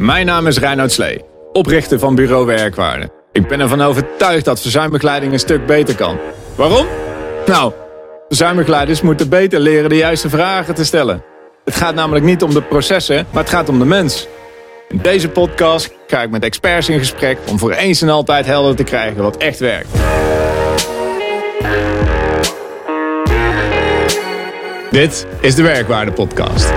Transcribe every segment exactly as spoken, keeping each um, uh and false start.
Mijn naam is Reinoud Slee, oprichter van Bureau Werkwaarde. Ik ben ervan overtuigd dat verzuimbegeleiding een stuk beter kan. Waarom? Nou, verzuimbegeleiders moeten beter leren de juiste vragen te stellen. Het gaat namelijk niet om de processen, maar het gaat om de mens. In deze podcast ga ik met experts in gesprek om voor eens en altijd helder te krijgen wat echt werkt. Dit is de Werkwaarde Podcast.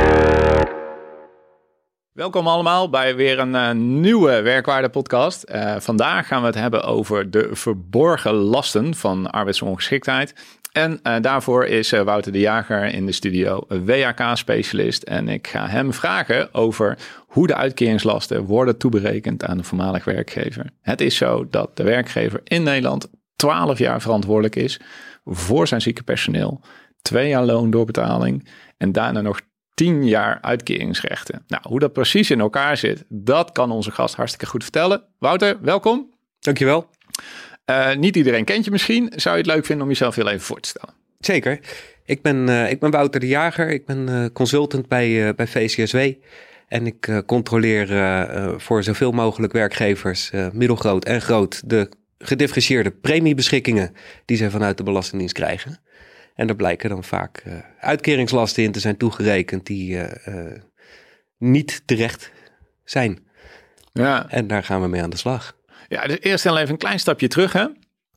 Welkom allemaal bij weer een uh, nieuwe Werkwaarde Podcast. Uh, vandaag gaan we het hebben over de verborgen lasten van arbeidsongeschiktheid. En uh, daarvoor is uh, Wouter de Jager in de studio, W H K-specialist. En ik ga hem vragen over hoe de uitkeringslasten worden toeberekend aan de voormalig werkgever. Het is zo dat de werkgever in Nederland twaalf jaar verantwoordelijk is voor zijn zieke personeel. Twee jaar loondoorbetaling en daarna nog tien jaar uitkeringsrechten. Nou, hoe dat precies in elkaar zit, dat kan onze gast hartstikke goed vertellen. Wouter, welkom. Dankjewel. Uh, niet iedereen kent je misschien. Zou je het leuk vinden om jezelf heel even voor te stellen? Zeker. Ik ben, uh, ik ben Wouter de Jager. Ik ben uh, consultant bij, uh, bij V C S W. En ik uh, controleer uh, uh, voor zoveel mogelijk werkgevers, uh, middelgroot en groot, de gedifferentieerde premiebeschikkingen die zij vanuit de Belastingdienst krijgen. En er blijken dan vaak uh, uitkeringslasten in te zijn toegerekend die uh, uh, niet terecht zijn. Ja. En daar gaan we mee aan de slag. Ja, dus eerst heel even een klein stapje terug. Hè?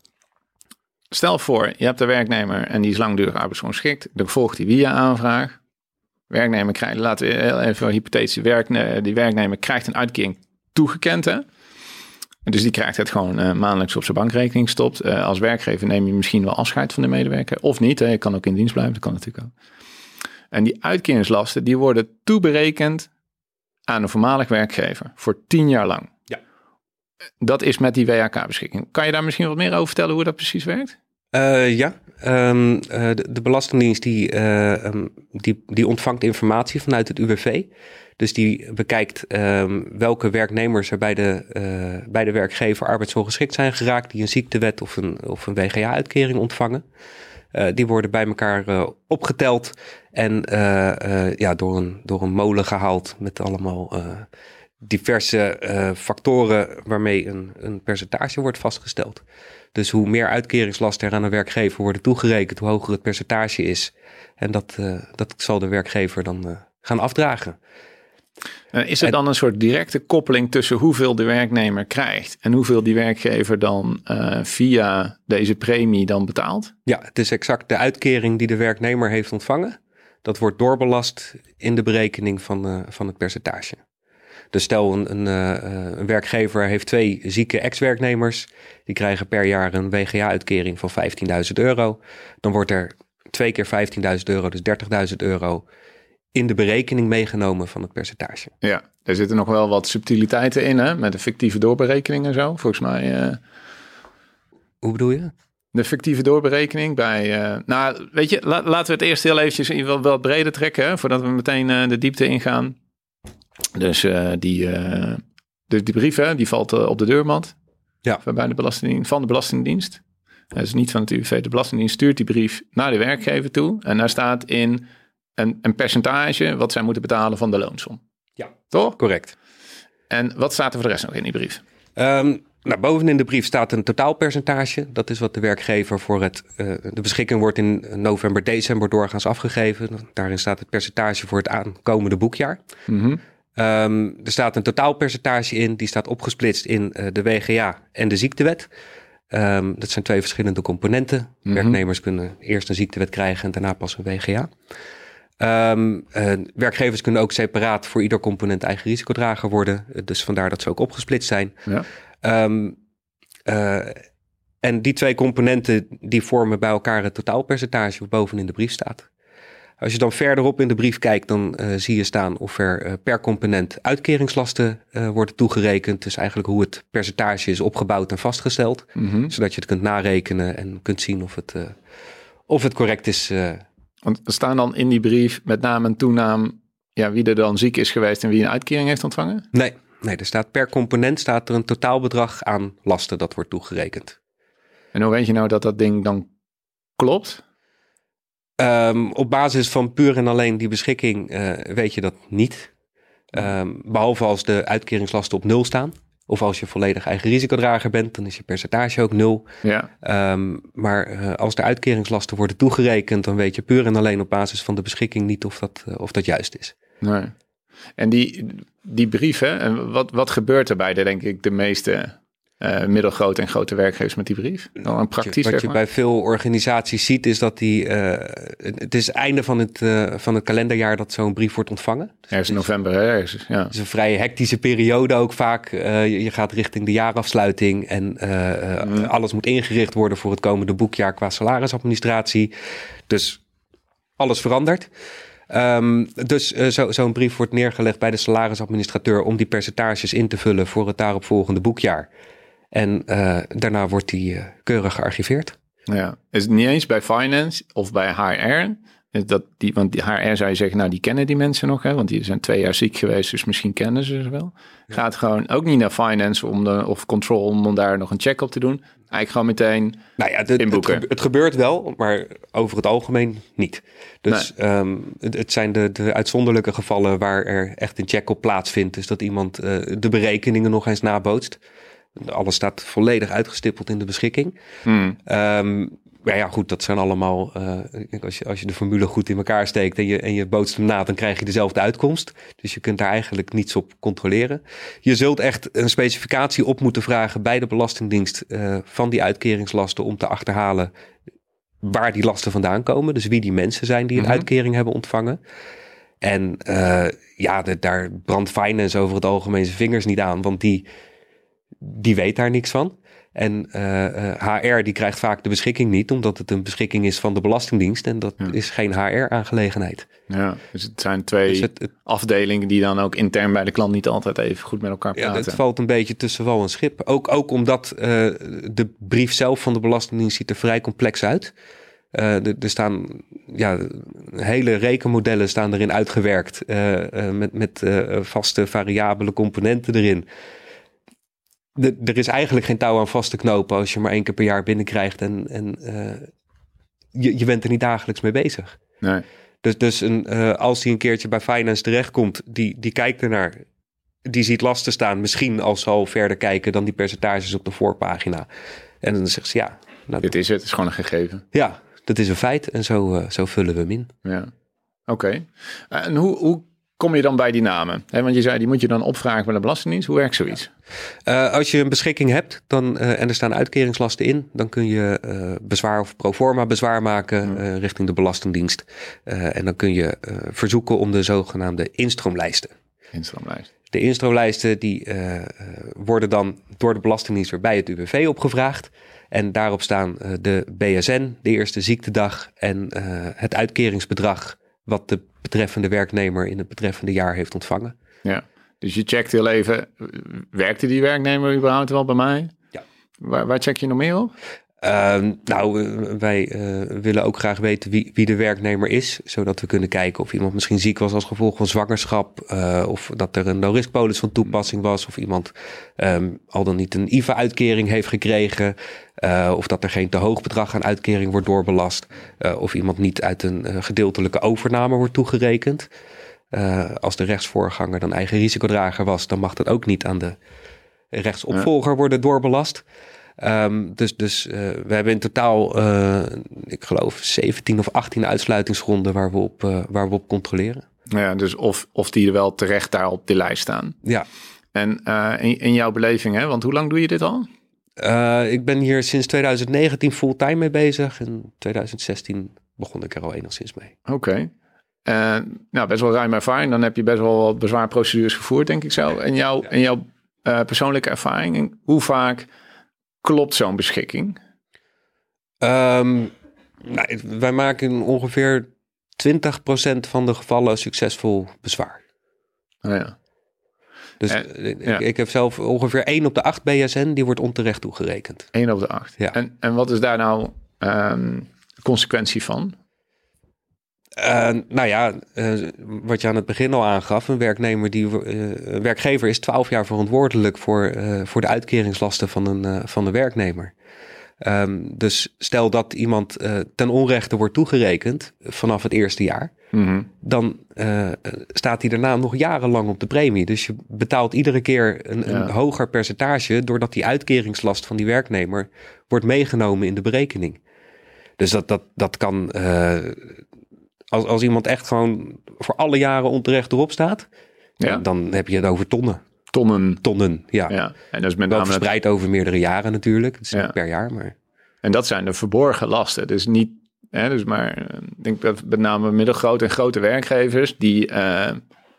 Stel voor, je hebt een werknemer en die is langdurig arbeidsongeschikt. Dan volgt die W I A-aanvraag. Werknemer krijgt, laten we heel even hypothetisch, werkne, die werknemer krijgt een uitkering toegekend. Hè? En dus die krijgt het gewoon uh, maandelijks op zijn bankrekening gestopt. Uh, als werkgever neem je misschien wel afscheid van de medewerker. Of niet, hè? Je kan ook in dienst blijven, dat kan natuurlijk ook. En die uitkeringslasten die worden toeberekend aan een voormalig werkgever voor tien jaar lang. Ja. Dat is met die W H K-beschikking. Kan je daar misschien wat meer over vertellen hoe dat precies werkt? Uh, ja, um, uh, de, de Belastingdienst die, uh, um, die, die ontvangt informatie vanuit het U W V. Dus die bekijkt um, welke werknemers er bij de, uh, bij de werkgever arbeidsongeschikt zijn geraakt, die een ziektewet of een, of een W G A-uitkering ontvangen. Uh, die worden bij elkaar uh, opgeteld en uh, uh, ja, door, een, door een molen gehaald met allemaal uh, diverse uh, factoren waarmee een, een percentage wordt vastgesteld. Dus hoe meer uitkeringslasten er aan een werkgever worden toegerekend, hoe hoger het percentage is. En dat, uh, dat zal de werkgever dan uh, gaan afdragen. Uh, is er dan een soort directe koppeling tussen hoeveel de werknemer krijgt en hoeveel die werkgever dan uh, via deze premie dan betaalt? Ja, het is exact de uitkering die de werknemer heeft ontvangen. Dat wordt doorbelast in de berekening van, uh, van het percentage. Dus stel een, een, uh, een werkgever heeft twee zieke ex-werknemers. Die krijgen per jaar een W G A-uitkering van vijftienduizend euro. Dan wordt er twee keer vijftienduizend euro, dus dertigduizend euro in de berekening meegenomen van het percentage. Ja, er zitten nog wel wat subtiliteiten in, hè? Met de fictieve doorberekening en zo. Volgens mij... Uh... Hoe bedoel je? De fictieve doorberekening bij... Uh... Nou, weet je, la- laten we het eerst heel eventjes in wel, wel breder trekken, hè? Voordat we meteen uh, de diepte ingaan. Dus uh, die, uh, dus die brief, hè, die valt uh, op de deurmat. Ja. Bij de Belastingdienst, van de Belastingdienst. Dat is niet van het U W V. De Belastingdienst stuurt die brief naar de werkgever toe. En daar staat in een, een percentage wat zij moeten betalen van de loonsom. Ja, toch? Correct. En wat staat er voor de rest nog in die brief? Um, nou, bovenin de brief staat een totaalpercentage. Dat is wat de werkgever voor het... Uh, de beschikking wordt in november, december doorgaans afgegeven. Daarin staat het percentage voor het aankomende boekjaar. Mm-hmm. Um, er staat een totaalpercentage in. Die staat opgesplitst in uh, de W G A en de ziektewet. Um, dat zijn twee verschillende componenten. Mm-hmm. Werknemers kunnen eerst een ziektewet krijgen en daarna pas een W G A. Um, uh, werkgevers kunnen ook separaat voor ieder component eigen risicodrager worden. Dus vandaar dat ze ook opgesplitst zijn. Ja. Um, uh, en die twee componenten die vormen bij elkaar het totaalpercentage wat bovenin de brief staat. Als je dan verderop in de brief kijkt, dan uh, zie je staan of er uh, per component uitkeringslasten uh, worden toegerekend. Dus eigenlijk hoe het percentage is opgebouwd en vastgesteld. Mm-hmm. Zodat je het kunt narekenen en kunt zien of het, uh, of het correct is. Uh, Want er staan dan in die brief met naam en toenaam ja, wie er dan ziek is geweest en wie een uitkering heeft ontvangen? Nee, nee, er staat per component staat er een totaalbedrag aan lasten dat wordt toegerekend. En hoe weet je nou dat dat ding dan klopt? Um, op basis van puur en alleen die beschikking uh, weet je dat niet. Um, behalve als de uitkeringslasten op nul staan. Of als je volledig eigen risicodrager bent, dan is je percentage ook nul. Ja. Um, maar uh, als de uitkeringslasten worden toegerekend, dan weet je puur en alleen op basis van de beschikking niet of dat, uh, of dat juist is. Nee. En die, die brieven, wat, wat gebeurt er bij de, denk ik, de meeste uh, middelgrote en grote werkgevers met die brief? Dan een praktisch, Wat je, wat zeg je maar. bij veel organisaties ziet, is dat die, uh, het is het einde van het, uh, van het kalenderjaar dat zo'n brief wordt ontvangen. Dus Ergens in november, hè? Ergens, ja. Het is een vrij hectische periode ook vaak. Uh, je, je gaat richting de jaarafsluiting en uh, uh, mm. alles moet ingericht worden voor het komende boekjaar qua salarisadministratie. Dus alles verandert. Um, dus uh, zo, zo'n brief wordt neergelegd bij de salarisadministrateur om die percentages in te vullen voor het daaropvolgende boekjaar. En uh, daarna wordt die uh, keurig gearchiveerd. Ja, is het niet eens bij finance of bij H R? Is dat die, want die H R zou je zeggen, nou die kennen die mensen nog, hè? Want die zijn twee jaar ziek geweest, dus misschien kennen ze ze wel. Ja. Gaat gewoon ook niet naar finance om de, of control om, om daar nog een check op te doen. Eigenlijk gewoon meteen nou ja, de, inboeken. Het, het gebeurt wel, maar over het algemeen niet. Dus nee. um, het, het zijn de, de uitzonderlijke gevallen waar er echt een check op plaatsvindt. Dus dat iemand uh, de berekeningen nog eens nabootst. Alles staat volledig uitgestippeld in de beschikking. Hmm. Um, maar ja, goed, dat zijn allemaal... Uh, als, je, als je de formule goed in elkaar steekt en je, en je bootst hem na, dan krijg je dezelfde uitkomst. Dus je kunt daar eigenlijk niets op controleren. Je zult echt een specificatie op moeten vragen bij de Belastingdienst uh, van die uitkeringslasten om te achterhalen waar die lasten vandaan komen. Dus wie die mensen zijn die een mm-hmm. uitkering hebben ontvangen. En uh, ja, de, daar brandt finance over het algemeen zijn vingers niet aan, want die... Die weet daar niks van. En uh, uh, H R die krijgt vaak de beschikking niet, omdat het een beschikking is van de Belastingdienst. En dat ja. is geen H R-aangelegenheid. Ja, dus het zijn twee dus het, het, afdelingen die dan ook intern bij de klant niet altijd even goed met elkaar praten. Ja, het valt een beetje tussen wal en schip. Ook, ook omdat uh, de brief zelf van de Belastingdienst ziet er vrij complex uit. Uh, er, er staan ja, hele rekenmodellen staan erin uitgewerkt. Uh, uh, met met uh, vaste variabele componenten erin. De, er is eigenlijk geen touw aan vast te knopen als je maar één keer per jaar binnenkrijgt en, en uh, je, je bent er niet dagelijks mee bezig. Nee. Dus, dus een, uh, als die een keertje bij finance terechtkomt, die, die kijkt ernaar, die ziet lasten staan, misschien als ze al verder kijken dan die percentages op de voorpagina. En dan zegt ze ja. Nou, dit is het, het is gewoon een gegeven. Ja, dat is een feit en zo, uh, zo vullen we hem in. Ja, oké. Okay. Uh, en hoe... hoe... kom je dan bij die namen? He, want je zei, die moet je dan opvragen bij de Belastingdienst. Hoe werkt zoiets? Uh, als je een beschikking hebt dan, uh, en er staan uitkeringslasten in, dan kun je uh, bezwaar of proforma bezwaar maken hmm. uh, richting de Belastingdienst. Uh, en dan kun je uh, verzoeken om de zogenaamde instroomlijsten. Instroomlijsten. De instroomlijsten die uh, uh, worden dan door de Belastingdienst weer bij het U W V opgevraagd. En daarop staan uh, de B S N, de eerste ziektedag en uh, het uitkeringsbedrag wat de betreffende werknemer in het betreffende jaar heeft ontvangen. Ja, dus je checkt heel even, werkte die werknemer überhaupt wel bij mij? Ja. Waar, waar check je nog meer op? Uh, nou, uh, wij uh, willen ook graag weten wie, wie de werknemer is, zodat we kunnen kijken of iemand misschien ziek was als gevolg van zwangerschap, uh, of dat er een no-risk-polis van toepassing was, of iemand um, al dan niet een I V A-uitkering heeft gekregen, uh, of dat er geen te hoog bedrag aan uitkering wordt doorbelast, uh, of iemand niet uit een uh, gedeeltelijke overname wordt toegerekend. Uh, als de rechtsvoorganger dan eigen risicodrager was, dan mag dat ook niet aan de rechtsopvolger worden doorbelast. Um, dus dus uh, we hebben in totaal, uh, ik geloof, zeventien of achttien uitsluitingsgronden waar we op, uh, waar we op controleren. Ja, dus of, of die er wel terecht daar op de lijst staan. Ja. En uh, in, in jouw beleving, hè? Want hoe lang doe je dit al? Uh, ik ben hier sinds twintig negentien fulltime mee bezig. En twintig zestien begon ik er al enigszins mee. Oké. Okay. Uh, nou, best wel ruim ervaring. Dan heb je best wel wat bezwaarprocedures gevoerd, denk ik zo. En, jou, ja. en jouw uh, persoonlijke ervaring, hoe vaak klopt zo'n beschikking? Um, nou, wij maken ongeveer twintig procent van de gevallen succesvol bezwaar. Oh ja. Dus en, ik, ja. ik heb zelf ongeveer één op de acht B S N, die wordt onterecht toegerekend. één op de acht. Ja. En, en wat is daar nou um, consequentie van? Uh, nou ja, uh, wat je aan het begin al aangaf, een werknemer die uh, werkgever is twaalf jaar verantwoordelijk voor, uh, voor de uitkeringslasten van een, uh, van de werknemer. Um, dus stel dat iemand uh, ten onrechte wordt toegerekend vanaf het eerste jaar, mm-hmm. dan uh, staat hij daarna nog jarenlang op de premie. Dus je betaalt iedere keer een, ja. een hoger percentage doordat die uitkeringslast van die werknemer wordt meegenomen in de berekening. Dus dat, dat, dat kan, uh, als, als iemand echt gewoon voor alle jaren onterecht erop staat, ja. dan heb je het over tonnen. Tonnen. Tonnen, ja. ja. En dat is met Wel name verspreid het... over meerdere jaren natuurlijk. Het is ja. niet per jaar, maar... En dat zijn de verborgen lasten. Dus niet, hè, dus maar ik denk dat met name middelgrote en grote werkgevers, die, uh,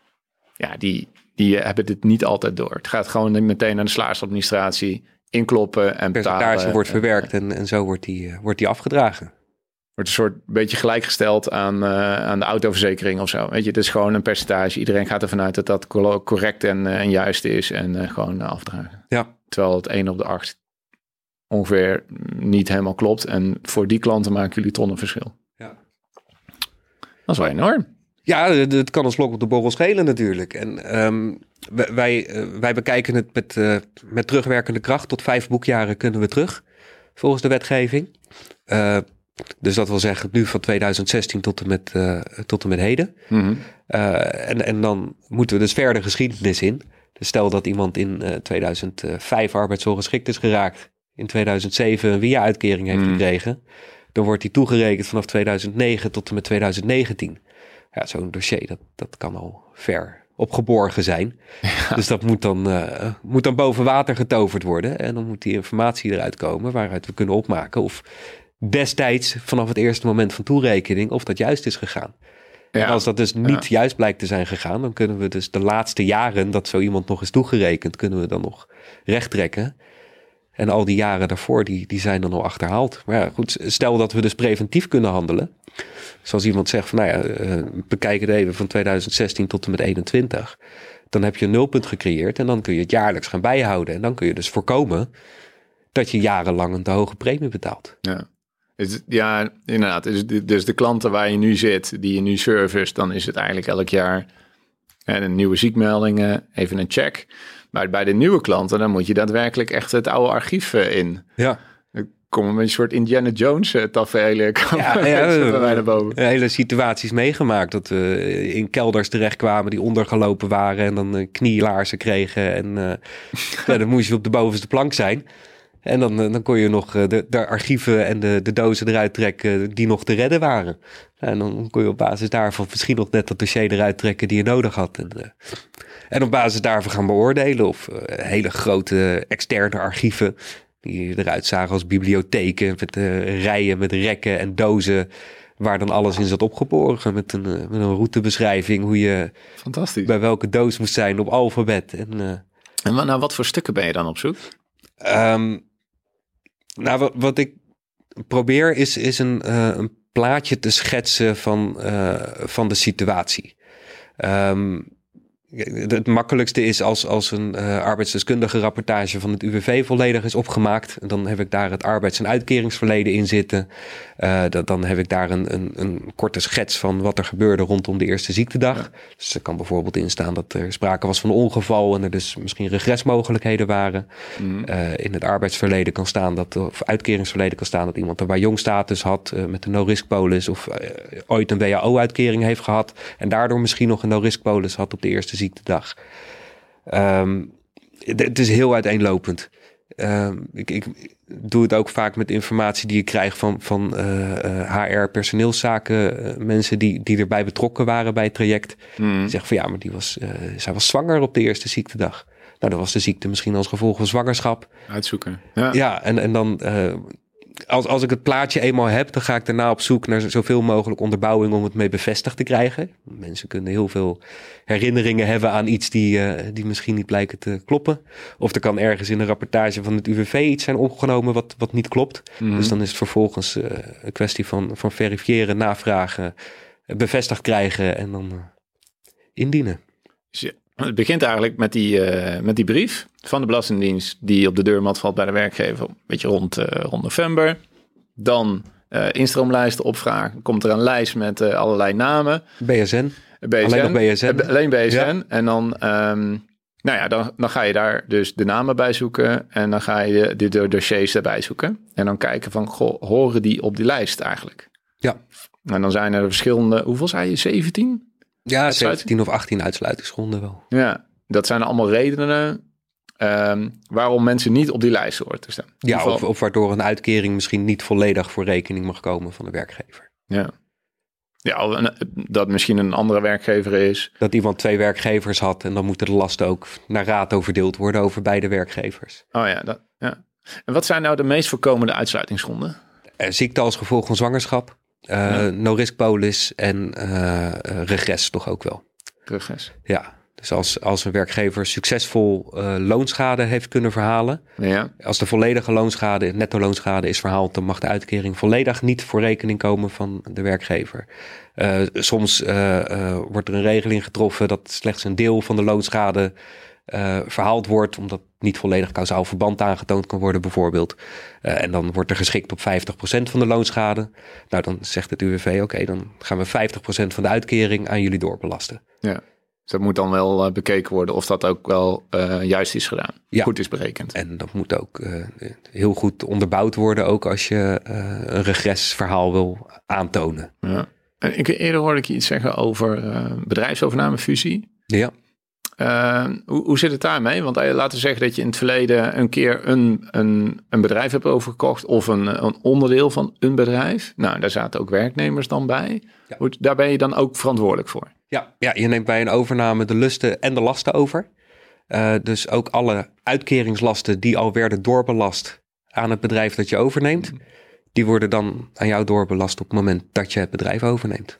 ja, die, die hebben dit niet altijd door. Het gaat gewoon meteen naar de salarisadministratie, inkloppen en betalen. Het percentage wordt verwerkt en, en zo wordt die, uh, wordt die afgedragen. Wordt een soort beetje gelijkgesteld aan, uh, aan de autoverzekering of zo. Weet je, het is gewoon een percentage. Iedereen gaat ervan uit dat dat correct en, uh, en juist is en uh, gewoon uh, afdragen. Ja. Terwijl het één op de acht ongeveer niet helemaal klopt. En voor die klanten maken jullie tonnen verschil. Ja. Dat is wel enorm. Ja, het kan een slok op de borrel schelen natuurlijk. En um, wij, uh, wij bekijken het met, uh, met terugwerkende kracht. Tot vijf boekjaren kunnen we terug, volgens de wetgeving. Uh, dus dat wil zeggen nu van tweeduizend zestien tot en met, uh, tot en met heden. Mm-hmm. Uh, en, en dan moeten we dus verder geschiedenis in. Dus stel dat iemand in uh, tweeduizend vijf arbeidsongeschikt is geraakt, in tweeduizend zeven een W I A-uitkering heeft mm. gekregen, dan wordt die toegerekend vanaf tweeduizend negen tot en met tweeduizend negentien. Ja, zo'n dossier, dat, dat kan al ver opgeborgen zijn. Ja. Dus dat moet dan, uh, moet dan boven water getoverd worden. En dan moet die informatie eruit komen waaruit we kunnen opmaken of destijds vanaf het eerste moment van toerekening of dat juist is gegaan. Ja. En als dat dus niet ja. juist blijkt te zijn gegaan, dan kunnen we dus de laatste jaren dat zo iemand nog is toegerekend, kunnen we dan nog rechttrekken. En al die jaren daarvoor, die, die zijn dan al achterhaald. Maar ja, goed, stel dat we dus preventief kunnen handelen. Zoals iemand zegt van, nou ja, uh, bekijk het even van tweeduizend zestien tot en met eenentwintig. Dan heb je een nulpunt gecreëerd en dan kun je het jaarlijks gaan bijhouden. En dan kun je dus voorkomen dat je jarenlang een te hoge premie betaalt. Ja. Ja, inderdaad. Dus de, dus de klanten waar je nu zit, die je nu service, dan is het eigenlijk elk jaar een nieuwe ziekmelding, even een check. Maar bij de nieuwe klanten, dan moet je daadwerkelijk echt het oude archief in. Ja. Dan komen we een soort Indiana Jones tafereel ja, ja, bij mij naar boven. Hele situaties meegemaakt dat we in kelders terechtkwamen die ondergelopen waren en dan knielaarzen kregen. En uh, ja, dan moest je op de bovenste plank zijn. En dan, dan kon je nog de, de archieven en de, de dozen eruit trekken die nog te redden waren. En dan kon je op basis daarvan misschien nog net dat dossier eruit trekken die je nodig had. En, uh, en op basis daarvan gaan beoordelen of uh, hele grote externe archieven die eruit zagen als bibliotheken met uh, rijen met rekken en dozen waar dan alles in zat opgeborgen met een, uh, met een routebeschrijving hoe je Fantastisch. Bij welke doos moest zijn op alfabet. En, uh, en wat, nou, wat voor stukken ben je dan op zoek? Um, nou, wat, wat ik probeer is, is een, uh, een plaatje te schetsen van, uh, van de situatie. Um, het makkelijkste is als, als een uh, arbeidsdeskundige rapportage van het U W V volledig is opgemaakt. Dan heb ik daar het arbeids- en uitkeringsverleden in zitten. Uh, dat, dan heb ik daar een, een, een korte schets van wat er gebeurde rondom de eerste ziektedag. Ja. Dus er kan bijvoorbeeld in staan dat er sprake was van een ongeval en er dus misschien regresmogelijkheden waren. Mm. Uh, in het arbeidsverleden kan staan dat, of uitkeringsverleden kan staan dat iemand een Wajong-status had uh, met een no-risk-polis of uh, ooit een W A O-uitkering heeft gehad en daardoor misschien nog een no-risk-polis had op de eerste ziektedag. Um, het is heel uiteenlopend. Um, ik, ik doe het ook vaak met informatie die ik krijg van, van uh, uh, H R, personeelszaken, uh, mensen die, die erbij betrokken waren bij het traject. Mm. Die zeggen van ja, maar die was, uh, zij was zwanger op de eerste ziektedag. Nou, dan was de ziekte misschien als gevolg van zwangerschap. Uitzoeken. Ja, ja en, en dan... Uh, Als, als ik het plaatje eenmaal heb, dan ga ik daarna op zoek naar zoveel mogelijk onderbouwing om het mee bevestigd te krijgen. Mensen kunnen heel veel herinneringen hebben aan iets die, uh, die misschien niet blijken te kloppen. Of er kan ergens in een rapportage van het U W V iets zijn opgenomen wat, wat niet klopt. Mm-hmm. Dus dan is het vervolgens uh, een kwestie van, van verifiëren, navragen, bevestigd krijgen en dan uh, indienen. Ja. Het begint eigenlijk met die, uh, met die brief van de Belastingdienst die op de deurmat valt bij de werkgever, een beetje rond, uh, rond november. Dan uh, instroomlijsten opvragen. Komt er een lijst met uh, allerlei namen. B S N. B S N. Alleen nog B S N. Uh, alleen B S N. Ja. En dan um, Nou ja, dan, dan ga je daar dus de namen bij zoeken en dan ga je de, de dossiers erbij zoeken. En dan kijken van, goh, horen die op die lijst eigenlijk? Ja. En dan zijn er verschillende, hoeveel zei je, zeventien? Ja, zeventien of achttien uitsluitingsgronden wel. Ja, dat zijn allemaal redenen um, waarom mensen niet op die lijst horen te staan. Ja, geval... of, of waardoor een uitkering misschien niet volledig voor rekening mag komen van de werkgever. Ja. Ja, dat misschien een andere werkgever is. Dat iemand twee werkgevers had en dan moeten de lasten ook naar rato verdeeld worden over beide werkgevers. Oh ja, dat, ja. En wat zijn nou de meest voorkomende uitsluitingsgronden? Uh, ziekte als gevolg van zwangerschap, uh, ja. no-risk polis en uh, uh, regres toch ook wel. Regres. Ja, dus als, als een werkgever succesvol uh, loonschade heeft kunnen verhalen. Ja. Als de volledige loonschade, netto loonschade is verhaald, dan mag de uitkering volledig niet voor rekening komen van de werkgever. Uh, soms uh, uh, wordt er een regeling getroffen dat slechts een deel van de loonschade uh, verhaald wordt, omdat niet volledig kausaal verband aangetoond kan worden bijvoorbeeld. Uh, en dan wordt er geschikt op vijftig procent van de loonschade. Nou, dan zegt het U W V, oké, okay, dan gaan we vijftig procent van de uitkering aan jullie doorbelasten. Ja. Dus dat moet dan wel uh, bekeken worden of dat ook wel uh, juist is gedaan. Ja. Goed is berekend. En dat moet ook uh, heel goed onderbouwd worden, ook als je uh, een regresverhaal wil aantonen. Ja. En ik, eerder hoorde ik je iets zeggen over uh, bedrijfsovernamefusie. Ja. Uh, hoe, hoe zit het daarmee? Want uh, laten we zeggen dat je in het verleden een keer een, een, een bedrijf hebt overgekocht of een, een onderdeel van een bedrijf. Nou, daar zaten ook werknemers dan bij. Ja. Hoe, daar ben je dan ook verantwoordelijk voor? Ja, ja, je neemt bij een overname de lusten en de lasten over. Uh, dus ook alle uitkeringslasten die al werden doorbelast aan het bedrijf dat je overneemt, mm. die worden dan aan jou doorbelast op het moment dat je het bedrijf overneemt.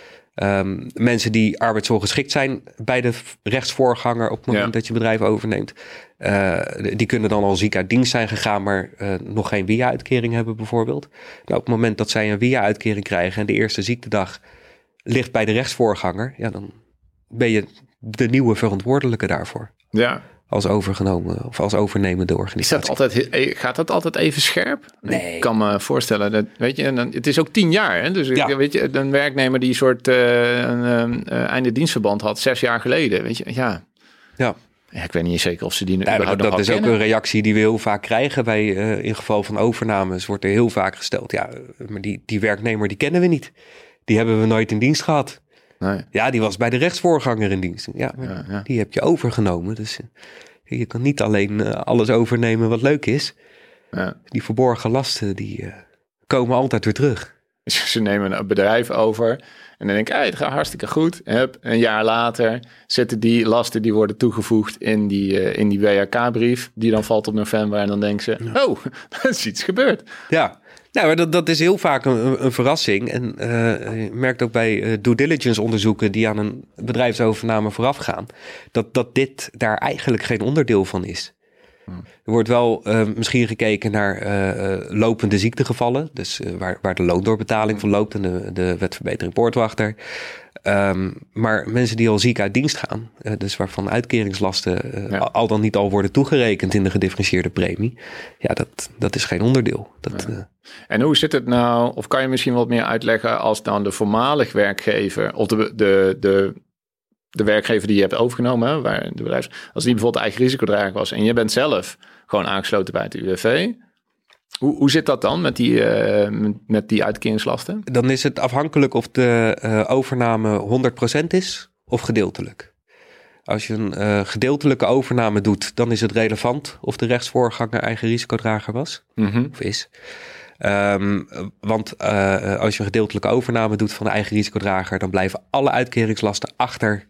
Um, mensen die arbeidsongeschikt zijn bij de rechtsvoorganger op het moment ja. dat je bedrijf overneemt, uh, die kunnen dan al ziek uit dienst zijn gegaan, maar uh, nog geen W I A-uitkering hebben bijvoorbeeld. Nou, op het moment dat zij een W I A-uitkering krijgen en de eerste ziektedag ligt bij de rechtsvoorganger, ja, dan ben je de nieuwe verantwoordelijke daarvoor. Ja. Als overgenomen of als overnemende organisatie. Is dat altijd, gaat dat altijd even scherp? Nee. Ik kan me voorstellen, dat, weet je, dan, het is ook tien jaar. Hè? Dus ja. weet je, een werknemer die een soort uh, een, uh, einde dienstverband had, zes jaar geleden. Weet je, ja. Ja. Ja, ik weet niet zeker of ze die nu ja, überhaupt Dat, dat is kennen. ook een reactie die we heel vaak krijgen bij uh, in geval van overnames. Wordt er heel vaak gesteld, ja, maar die, die werknemer die kennen we niet. Die hebben we nooit in dienst gehad. Nee. Ja, die was bij de rechtsvoorganger in dienst. Ja, maar ja, ja. die heb je overgenomen. Dus uh, je kan niet alleen uh, alles overnemen wat leuk is. Ja. Die verborgen lasten, die uh, komen altijd weer terug. Ze nemen een bedrijf over en dan denk ik, hey, het gaat hartstikke goed. Hup, een jaar later zitten die lasten, die worden toegevoegd in die, uh, in die W H K-brief. Die dan valt op november en dan denken ze, ja. oh, er is iets gebeurd. Ja. Nou, maar dat, dat is heel vaak een, een verrassing. En uh, je merkt ook bij uh, due diligence onderzoeken die aan een bedrijfsovername vooraf gaan, dat, dat dit daar eigenlijk geen onderdeel van is. Hmm. Er wordt wel uh, misschien gekeken naar uh, lopende ziektegevallen, dus uh, waar, waar de loondoorbetaling van loopt en de, de wetverbetering poortwachter. Um, maar mensen die al ziek uit dienst gaan, uh, dus waarvan uitkeringslasten uh, ja. al dan niet al worden toegerekend in de gedifferentieerde premie, ja, dat, dat is geen onderdeel. Dat, ja. uh, en hoe zit het nou, of kan je misschien wat meer uitleggen als dan de voormalig werkgever, of de, de, de, de werkgever die je hebt overgenomen, hè, waar de bedrijfs, als die bijvoorbeeld eigen risicodrager was en je bent zelf gewoon aangesloten bij het U W V, Hoe, hoe zit dat dan met die, uh, met die uitkeringslasten? Dan is het afhankelijk of de uh, overname honderd procent is of gedeeltelijk. Als je een uh, gedeeltelijke overname doet, dan is het relevant of de rechtsvoorganger eigen risicodrager was mm-hmm. of is. Um, want uh, als je een gedeeltelijke overname doet van de eigen risicodrager, dan blijven alle uitkeringslasten achter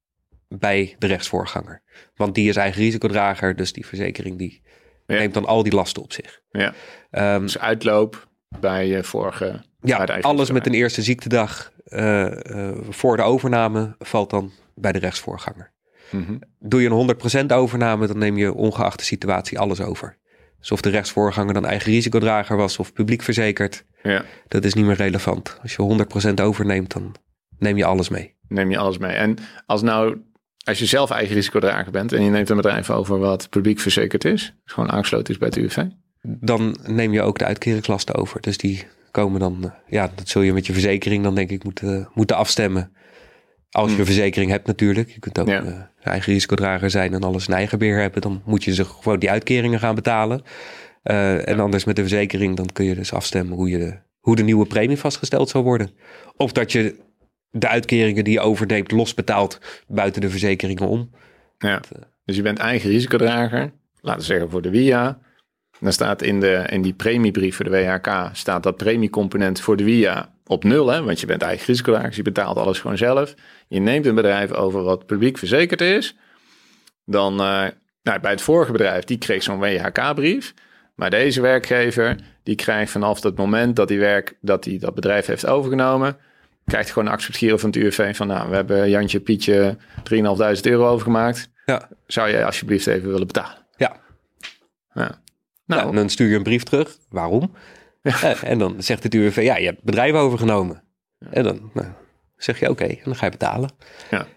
bij de rechtsvoorganger. Want die is eigen risicodrager, dus die verzekering die ja. neemt dan al die lasten op zich. Ja. Um, dus uitloop bij je vorige... Ja, bij alles met een eerste ziektedag uh, uh, voor de overname valt dan bij de rechtsvoorganger. Mm-hmm. Doe je een honderd procent overname, dan neem je ongeacht de situatie alles over. Dus of de rechtsvoorganger dan eigen risicodrager was of publiek verzekerd, ja. dat is niet meer relevant. Als je honderd procent overneemt, dan neem je alles mee. Neem je alles mee. En als nou... Als je zelf eigen risicodrager bent en je neemt een bedrijf over wat publiek verzekerd is, gewoon aangesloten is bij het U W V, dan neem je ook de uitkeringslasten over. Dus die komen dan, ja, dat zul je met je verzekering dan denk ik moeten, moeten afstemmen. Als je Hmm. een verzekering hebt natuurlijk. Je kunt ook Ja. uh, eigen risicodrager zijn en alles in eigen beheer hebben. Dan moet je ze gewoon die uitkeringen gaan betalen. Uh, en anders met de verzekering, dan kun je dus afstemmen hoe, je de, hoe de nieuwe premie vastgesteld zal worden. Of dat je de uitkeringen die je overneemt los betaalt buiten de verzekeringen om. Ja. Dus je bent eigen risicodrager, laten we zeggen voor de W I A. Dan staat in, de, in die premiebrief voor de W H K, staat dat premiecomponent voor de W I A op nul. Hè? Want je bent eigen risicodrager, dus je betaalt alles gewoon zelf. Je neemt een bedrijf over wat publiek verzekerd is. Dan, uh, nou, bij het vorige bedrijf, die kreeg zo'n W H K-brief. Maar deze werkgever, die krijgt vanaf het moment dat hij werk, dat, hij dat bedrijf heeft overgenomen, krijgt gewoon een accepteren van het U W V van, nou, we hebben Jantje, Pietje drieduizend vijfhonderd euro overgemaakt. Ja. Zou jij alsjeblieft even willen betalen? Ja. Ja. Nou, ja, en dan stuur je een brief terug. Waarom? Ja. Uh, en dan zegt het U W V, ja, je hebt het bedrijf overgenomen. Ja. En dan nou, zeg je, oké, okay, en dan ga je betalen. Ja.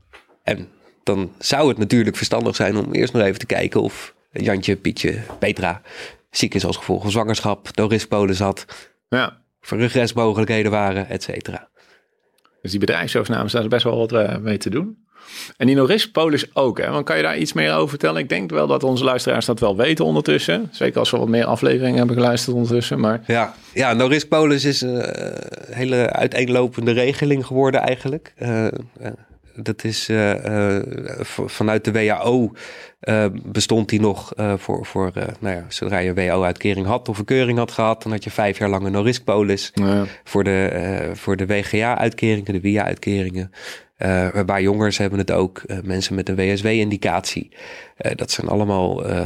En dan zou het natuurlijk verstandig zijn om eerst nog even te kijken of Jantje, Pietje, Petra ziek is als gevolg van zwangerschap, no-risk-polis had, ja. of er regresmogelijkheden waren, et cetera. Dus die bedrijfsovername staat er best wel wat uh, mee te doen. En die no-risk-polis ook, hè? Want kan je daar iets meer over vertellen? Ik denk wel dat onze luisteraars dat wel weten ondertussen. Zeker als we wat meer afleveringen hebben geluisterd ondertussen. Maar... Ja, ja, no-risk-polis is een uh, hele uiteenlopende regeling geworden eigenlijk. Uh, uh, dat is uh, uh, vanuit de W H O uh, bestond die nog uh, voor, voor uh, nou ja, zodra je een W H O-uitkering had of een keuring had gehad, dan had je vijf jaar lang een no-risk-polis. Ja. Voor de, uh, voor de W G A-uitkeringen, de W I A-uitkeringen. Uh, waarbij jongers hebben het ook, uh, mensen met een W S W-indicatie. Uh, dat zijn allemaal uh,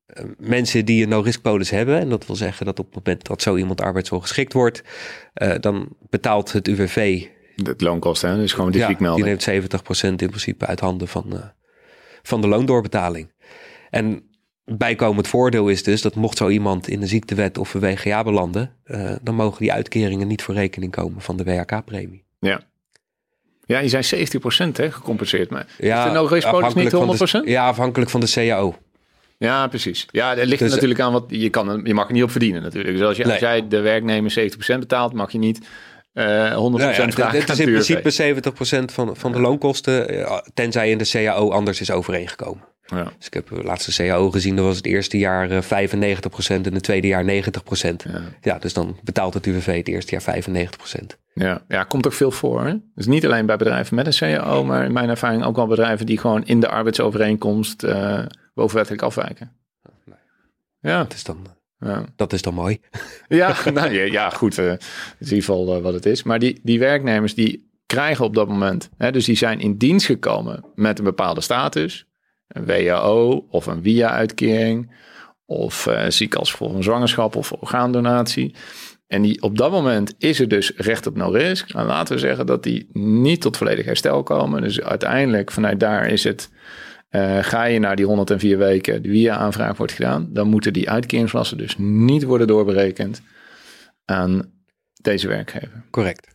mensen die een no-risk-polis hebben. En dat wil zeggen dat op het moment dat zo iemand arbeidsongeschikt wordt, uh, dan betaalt het U W V... Het loonkosten, hè? Dus gewoon die ja, ziekmelding. Die neemt zeventig procent in principe uit handen van, uh, van de loondoorbetaling. En bijkomend voordeel is dus dat mocht zo iemand in de ziektewet of een W G A belanden, uh, dan mogen die uitkeringen niet voor rekening komen van de W H K-premie. Ja. Ja, je zei zeventig procent hè, gecompenseerd. Maar ja, is de no-risk-polis niet honderd procent? De, ja, afhankelijk van de C A O. Ja, precies. Ja, er ligt dus, er natuurlijk aan wat je kan. Je mag er niet op verdienen natuurlijk. Dus als, je, nee. als jij de werknemer zeventig procent betaalt, mag je niet uh, honderd procent nou ja, vragen. Het is in principe zeventig procent van, van de loonkosten, tenzij in de C A O anders is overeengekomen. Ja. Dus ik heb de laatste C A O gezien, dat was het eerste jaar vijfennegentig procent en het tweede jaar negentig procent. Ja. ja, dus dan betaalt het U W V het eerste jaar vijfennegentig procent. Ja, ja, komt ook veel voor. Hè? Dus niet alleen bij bedrijven met een C A O, maar in mijn ervaring ook wel bedrijven die gewoon in de arbeidsovereenkomst uh, bovenwettelijk afwijken. Nee. Ja. Dat is dan, ja. dat is dan mooi. Ja, nou, ja, ja goed. Uh, in ieder geval uh, wat het is. Maar die, die werknemers die krijgen op dat moment, hè, dus die zijn in dienst gekomen met een bepaalde status. Een W H O of een W I A-uitkering of uh, ziek als gevolg van zwangerschap of orgaandonatie. En die, op dat moment is er dus recht op no-risk. Nou, laten we zeggen dat die niet tot volledig herstel komen. Dus uiteindelijk vanuit daar is het, uh, ga je naar die honderdvier weken, de W I A-aanvraag wordt gedaan, dan moeten die uitkeringsklassen dus niet worden doorberekend aan deze werkgever. Correct.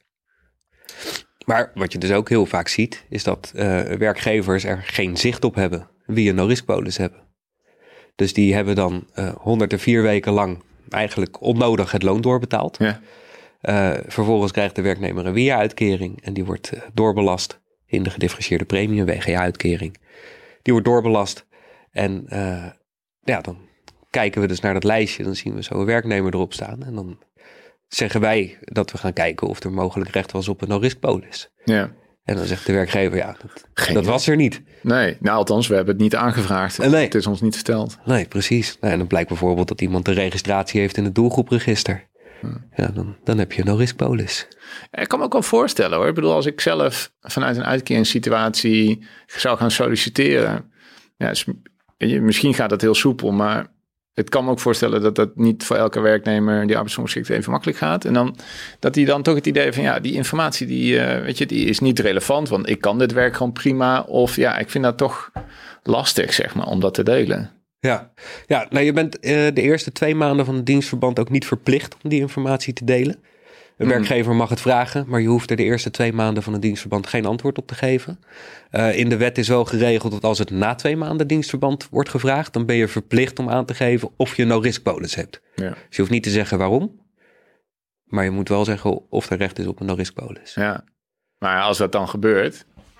Maar wat je dus ook heel vaak ziet, is dat uh, werkgevers er geen zicht op hebben wie een no-risk-polis hebben. Dus die hebben dan uh, honderdvier weken lang eigenlijk onnodig het loon doorbetaald. Ja. Uh, vervolgens krijgt de werknemer een W I A-uitkering en die wordt uh, doorbelast in de gedifferentieerde premie, een W G A-uitkering. Die wordt doorbelast en uh, ja, dan kijken we dus naar dat lijstje, dan zien we zo een werknemer erop staan en dan zeggen wij dat we gaan kijken of er mogelijk recht was op een no-risk-polis. Ja. En dan zegt de werkgever, ja, dat, dat was er niet. Nee, nou althans, we hebben het niet aangevraagd. Nee. Het is ons niet verteld. Nee, precies. Nou, en dan blijkt bijvoorbeeld dat iemand de registratie heeft in het doelgroepregister. Hmm. Ja, dan, dan heb je een no-risk-polis. Ik kan me ook wel voorstellen hoor. Ik bedoel, als ik zelf vanuit een uitkeringssituatie zou gaan solliciteren. Ja, misschien gaat dat heel soepel, maar het kan me ook voorstellen dat dat niet voor elke werknemer die arbeidsongeschikt even makkelijk gaat. En dan dat hij dan toch het idee van ja, die informatie die, uh, weet je, die is niet relevant, want ik kan dit werk gewoon prima. Of ja, ik vind dat toch lastig, zeg maar, om dat te delen. Ja, ja nou je bent uh, de eerste twee maanden van het dienstverband ook niet verplicht om die informatie te delen. Een mm. werkgever mag het vragen, maar je hoeft er de eerste twee maanden van het dienstverband geen antwoord op te geven. Uh, in de wet is wel geregeld dat als het na twee maanden dienstverband wordt gevraagd, dan ben je verplicht om aan te geven of je een no-risk-polis hebt. Ja. Dus je hoeft niet te zeggen waarom, maar je moet wel zeggen of er recht is op een no-risk-polis. Ja, maar als dat dan gebeurt,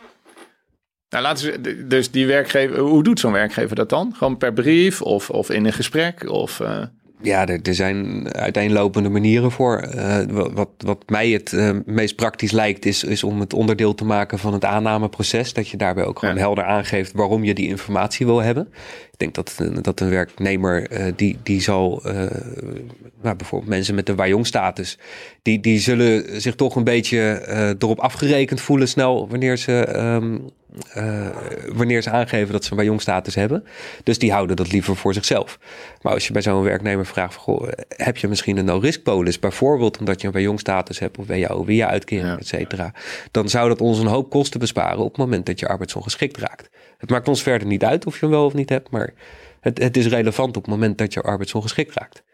Nou, laten we, dus die werkgever, hoe doet zo'n werkgever dat dan? Gewoon per brief of, of in een gesprek? Of, uh... Ja, er, er zijn uiteenlopende manieren voor. Uh, wat, wat mij het uh, meest praktisch lijkt, is, is om het onderdeel te maken van het aannameproces. Dat je daarbij ook gewoon ja. helder aangeeft waarom je die informatie wil hebben. Ik denk dat, dat een werknemer, uh, die, die zal, uh, nou, bijvoorbeeld mensen met de Wajong-status, die, die zullen zich toch een beetje uh, erop afgerekend voelen snel wanneer ze... Um, Uh, wanneer ze aangeven dat ze een Wajong-status hebben. Dus die houden dat liever voor zichzelf. Maar als je bij zo'n werknemer vraagt, van, goh, heb je misschien een no-risk-polis, bijvoorbeeld omdat je een Wajong-status hebt of W A O, W I A-uitkering, ja. et cetera, dan zou dat ons een hoop kosten besparen op het moment dat je arbeidsongeschikt raakt. Het maakt ons verder niet uit of je hem wel of niet hebt, maar het, het is relevant op het moment dat je arbeidsongeschikt raakt.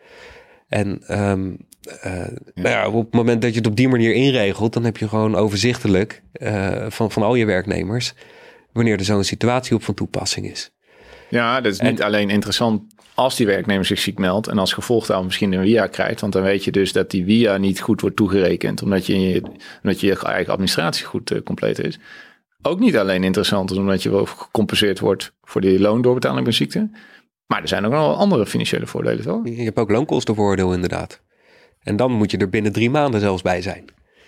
En um, uh, ja. Nou ja, op het moment dat je het op die manier inregelt, dan heb je gewoon overzichtelijk uh, van, van al je werknemers wanneer er zo'n situatie op van toepassing is. Ja, dat is niet en, alleen interessant als die werknemer zich ziek meldt en als gevolg daarvan misschien een W I A krijgt, want dan weet je dus dat die W I A niet goed wordt toegerekend, omdat je, omdat je eigen administratie goed uh, compleet is. Ook niet alleen interessant, omdat je wel gecompenseerd wordt voor die loondoorbetaling bij ziekte. Maar er zijn ook wel andere financiële voordelen, toch? Je hebt ook loonkostenvoordeel inderdaad. En dan moet je er binnen drie maanden zelfs bij zijn.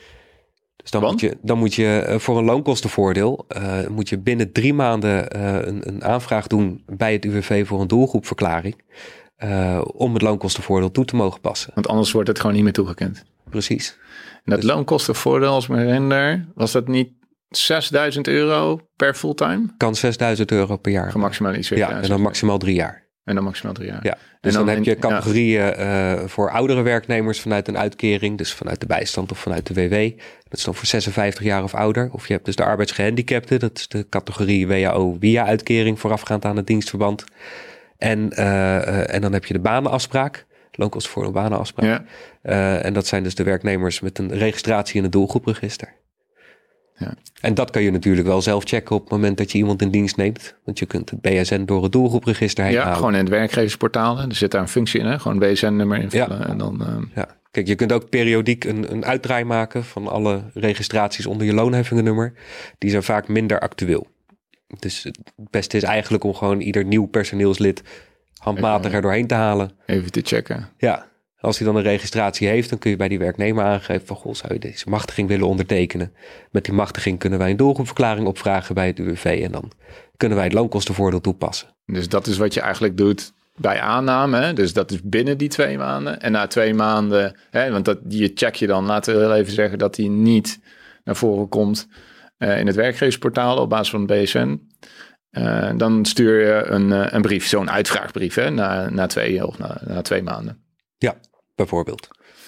Dus dan, moet je, dan moet je voor een loonkostenvoordeel... Uh, moet je binnen drie maanden uh, een, een aanvraag doen bij het U W V voor een doelgroepverklaring. Uh, om het loonkostenvoordeel toe te mogen passen. Want anders wordt het gewoon niet meer toegekend. Precies. En dat dus, loonkostenvoordeel, als ik me herinner, was dat niet zesduizend euro per fulltime? Kan zesduizend euro per jaar. Gemaximaliseerd. Ja, en dan maximaal drie jaar. En dan maximaal drie jaar. Ja, dus dan, dan heb je categorieën ja. uh, voor oudere werknemers vanuit een uitkering. Dus vanuit de bijstand of vanuit de W W. Dat is dan voor zesenvijftig jaar of ouder. Of je hebt dus de arbeidsgehandicapten. Dat is de categorie W A O W I A-uitkering voorafgaand aan het dienstverband. En, uh, uh, en dan heb je de banenafspraak. Loonkostenvoordeel banenafspraak. Ja. Uh, en dat zijn dus de werknemers met een registratie in het doelgroepregister. Ja. En dat kan je natuurlijk wel zelf checken op het moment dat je iemand in dienst neemt. Want je kunt het B S N door het doelgroepregister heen ja, halen. Gewoon in het werkgeversportaal. Hè? Er zit daar een functie in, hè? Gewoon een B S N-nummer invullen. Ja. En dan, uh... ja. Kijk, je kunt ook periodiek een, een uitdraai maken van alle registraties onder je loonheffingennummer. Die zijn vaak minder actueel. Dus het beste is eigenlijk om gewoon ieder nieuw personeelslid handmatig even, er doorheen te halen. Even te checken. Ja. Als hij dan een registratie heeft, dan kun je bij die werknemer aangeven van, goh, zou je deze machtiging willen ondertekenen? Met die machtiging kunnen wij een doelgroepverklaring opvragen bij het U W V en dan kunnen wij het loonkostenvoordeel toepassen. Dus dat is wat je eigenlijk doet bij aanname. Hè? Dus dat is binnen die twee maanden. En na twee maanden, hè, want dat, je check je dan, laten we wel even zeggen dat die niet naar voren komt uh, in het werkgeversportaal op basis van het B S N. Uh, dan stuur je een, uh, een brief, zo'n uitvraagbrief, hè, na, na twee of na, na twee maanden. Ja, bijvoorbeeld.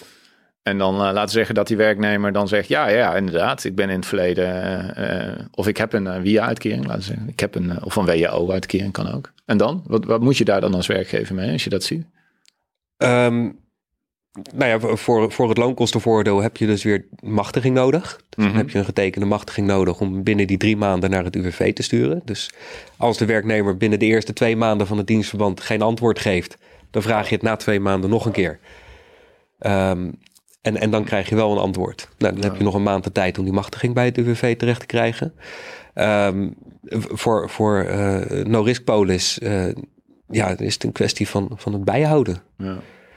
En dan uh, laten we zeggen dat die werknemer dan zegt, ja, ja, inderdaad, ik ben in het verleden, uh, of ik heb een uh, W I A-uitkering, laten we zeggen. Ik heb een, uh, of een W A O-uitkering kan ook. En dan? Wat, wat moet je daar dan als werkgever mee, als je dat ziet? Um, nou ja, voor, voor het loonkostenvoordeel heb je dus weer machtiging nodig. Dus mm-hmm. Dan heb je een getekende machtiging nodig om binnen die drie maanden naar het U W V te sturen. Dus als de werknemer binnen de eerste twee maanden van het dienstverband geen antwoord geeft, dan vraag je het na twee maanden nog een keer. Um, en, en dan krijg je wel een antwoord. Nou, dan heb je nog een maand de tijd om die machtiging bij het U W V terecht te krijgen. Um, voor voor uh, no-risk polis uh, ja, is het een kwestie van, van het bijhouden. Ja.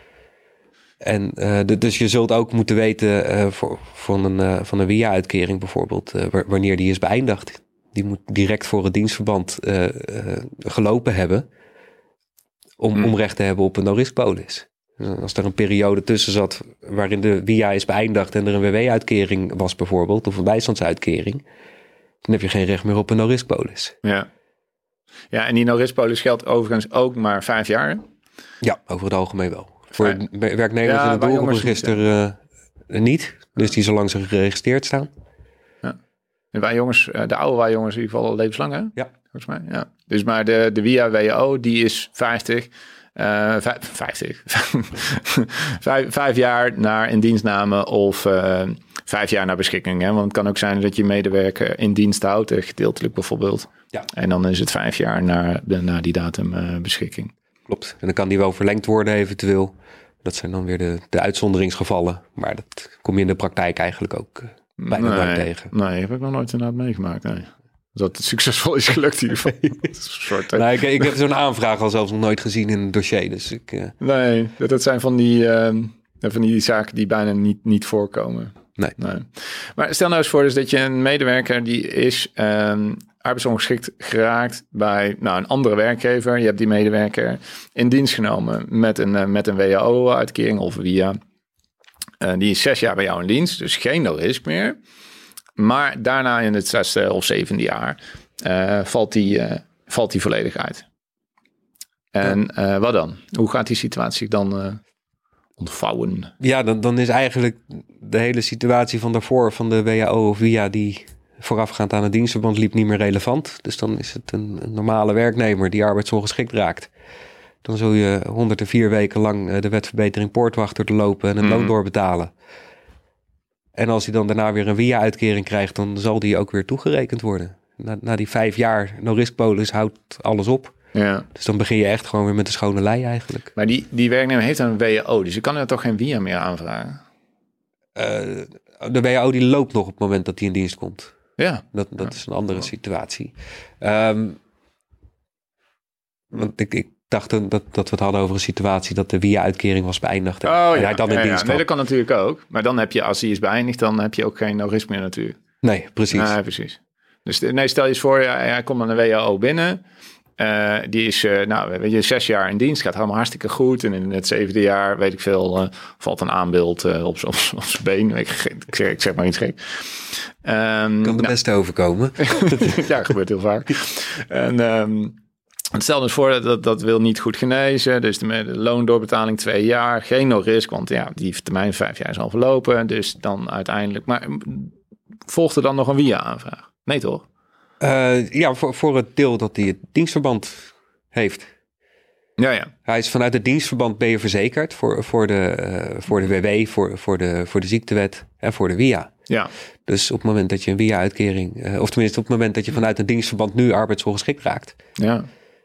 En uh, de, dus je zult ook moeten weten uh, voor, van een, uh, van een W I A-uitkering bijvoorbeeld, uh, w- wanneer die is beëindigd. Die moet direct voor het dienstverband uh, uh, gelopen hebben om, hmm. om recht te hebben op een no-risk polis. Als er een periode tussen zat waarin de W I A is beëindigd en er een W W-uitkering was bijvoorbeeld, of een bijstandsuitkering, dan heb je geen recht meer op een no-risk polis. Ja. Ja, en die no-risk polis geldt overigens ook maar vijf jaar. Ja, over het algemeen wel. Voor ja. werknemers ja, in het doelgroepregister uh, niet. Dus die zolang ze geregistreerd staan. Ja. En wij jongens, de oude wij jongens in ieder geval levenslang, hè? Ja. Volgens mij, ja. Dus maar de, de W I A-W A O, die is vijftig. Uh, vijftig. vijf, vijf jaar naar indienstname of uh, vijf jaar naar beschikking. Hè? Want het kan ook zijn dat je medewerker in dienst houdt, gedeeltelijk bijvoorbeeld. Ja. En dan is het vijf jaar naar, na die datum uh, beschikking. Klopt. En dan kan die wel verlengd worden eventueel. Dat zijn dan weer de, de uitzonderingsgevallen. Maar dat kom je in de praktijk eigenlijk ook uh, bijna nee, nooit tegen. Nee, heb ik nog nooit inderdaad meegemaakt. Nee. dat het succesvol is gelukt in ieder geval. soort, nou, ik, ik heb zo'n aanvraag al zelfs nog nooit gezien in een dossier. Dus ik, uh... Nee, dat, dat zijn van die, uh, van die zaken die bijna niet, niet voorkomen. Nee. nee. Maar stel nou eens voor dus dat je een medewerker die is um, arbeidsongeschikt geraakt bij nou, een andere werkgever. Je hebt die medewerker in dienst genomen met een, uh, met een W A O-uitkering of via. Uh, die is zes jaar bij jou in dienst, dus geen no-risk meer. Maar daarna in het zesde of zevende jaar uh, valt die, uh, valt die volledig uit. En uh, wat dan? Hoe gaat die situatie dan uh, ontvouwen? Ja, dan, dan is eigenlijk de hele situatie van daarvoor van de W A O of via die voorafgaand aan het dienstverband liep niet meer relevant. Dus dan is het een, een normale werknemer die arbeidsongeschikt raakt. Dan zul je honderdvier weken lang de wet verbetering poortwachter te lopen en een Mm-hmm. loon doorbetalen. En als hij dan daarna weer een W I A-uitkering krijgt, dan zal die ook weer toegerekend worden. Na, na die vijf jaar no-risk-polis houdt alles op. Ja. Dus dan begin je echt gewoon weer met de schone lei eigenlijk. Maar die, die werknemer heeft dan een W A O, dus je kan er toch geen W I A meer aanvragen? Uh, de W A O die loopt nog op het moment dat hij in dienst komt. Ja. Dat, dat ja. is een andere situatie. Um, want ik, ik dacht dat, dat we het hadden over een situatie dat de W I A-uitkering was beëindigd. En, oh, en ja. hij dan in ja, dienst ja. kwam. Nee, dat kan natuurlijk ook. Maar dan heb je, als die is beëindigd, dan heb je ook geen no-risk meer natuurlijk. Nee, precies. Nee, precies. Dus nee, stel je eens voor, hij, hij komt aan de W A O binnen. Uh, die is, uh, nou, weet je, zes jaar in dienst, gaat helemaal hartstikke goed. En in het zevende jaar, weet ik veel, uh, valt een aanbeeld uh, op zijn been. Ik, ik, zeg, ik zeg maar iets gek. Um, kan de nou, beste overkomen. ja, dat gebeurt heel vaak. En um, stel dus voor, dat dat wil niet goed genezen. Dus de, de loondoorbetaling twee jaar, geen no-risk. Want ja, die termijn vijf jaar is al verlopen. Dus dan uiteindelijk... Maar volgt er dan nog een W I A-aanvraag? Nee, toch? Uh, ja, voor, voor het deel dat hij het dienstverband heeft. Ja, ja. Hij is vanuit het dienstverband ben je verzekerd voor, voor, de, uh, voor de W W, voor, voor, de, voor de ziektewet en voor de W I A. Ja. Dus op het moment dat je een W I A-uitkering, uh, of tenminste op het moment dat je vanuit het dienstverband nu arbeidsongeschikt raakt. Ja.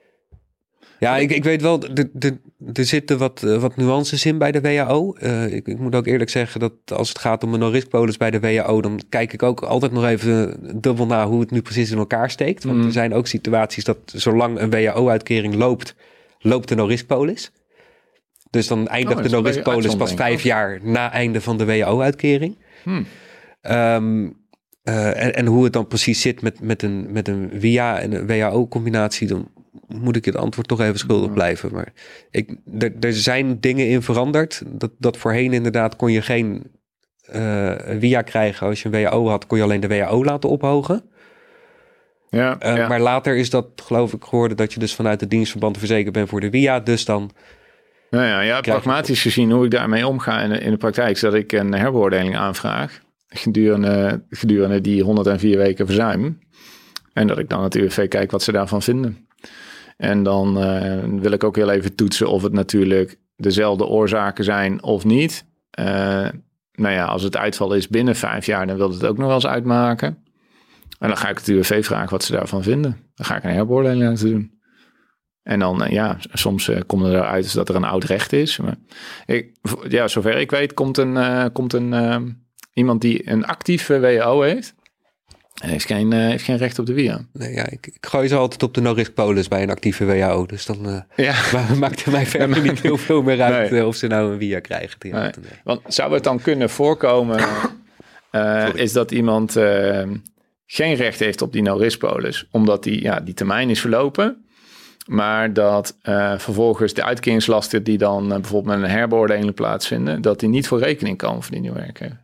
Ja, ik, ik weet wel, er zitten wat, uh, wat nuances in bij de W A O. Uh, ik, ik moet ook eerlijk zeggen dat als het gaat om een no-risk-polis bij de W A O, dan kijk ik ook altijd nog even dubbel na hoe het nu precies in elkaar steekt. Want mm. er zijn ook situaties dat zolang een W A O-uitkering loopt, loopt de no-risk-polis. Dus dan eindigt oh, de no-risk-polis pas vijf jaar na einde van de W A O-uitkering. Hmm. Um, uh, en, en hoe het dan precies zit met, met een, met een W I A en een W A O-combinatie, dan moet ik het antwoord toch even schuldig blijven. Maar ik, er, er zijn dingen in veranderd. Dat, dat voorheen inderdaad kon je geen uh, W I A krijgen. Als je een W A O had, kon je alleen de W A O laten ophogen. Ja, uh, ja. Maar later is dat, geloof ik, geworden dat je dus vanuit het dienstverband verzekerd bent voor de W I A. Dus dan... Nou ja, ja pragmatisch gezien hoe ik daarmee omga in de, in de praktijk, is dat ik een herbeoordeling aanvraag gedurende, gedurende die honderdvier weken verzuim. En dat ik dan het U W V kijk wat ze daarvan vinden. En dan uh, wil ik ook heel even toetsen of het natuurlijk dezelfde oorzaken zijn of niet. Uh, nou ja, als het uitval is binnen vijf jaar, dan wil het ook nog wel eens uitmaken. En dan ga ik het U W V vragen wat ze daarvan vinden. Dan ga ik een herbeoordeling laten doen. En dan, uh, ja, soms uh, komt er eruit dat er een oud recht is. Maar ik, ja, zover ik weet, komt een, uh, komt een uh, iemand die een actieve W A O heeft. En heeft geen, uh, heeft geen recht op de W I A. Nee, ja, ik, ik gooi ze altijd op de no-risk-polis bij een actieve W A O. Dus dan uh, ja. maakt er mij verder niet heel veel meer uit nee. of ze nou een W I A krijgen. Die nee. Want zou het dan kunnen voorkomen uh, is dat iemand uh, geen recht heeft op die no-risk-polis, omdat die, ja, die termijn is verlopen, maar dat uh, vervolgens de uitkeringslasten die dan uh, bijvoorbeeld met een herbeoordeling plaatsvinden, dat die niet voor rekening komen voor die nieuwe werkgever?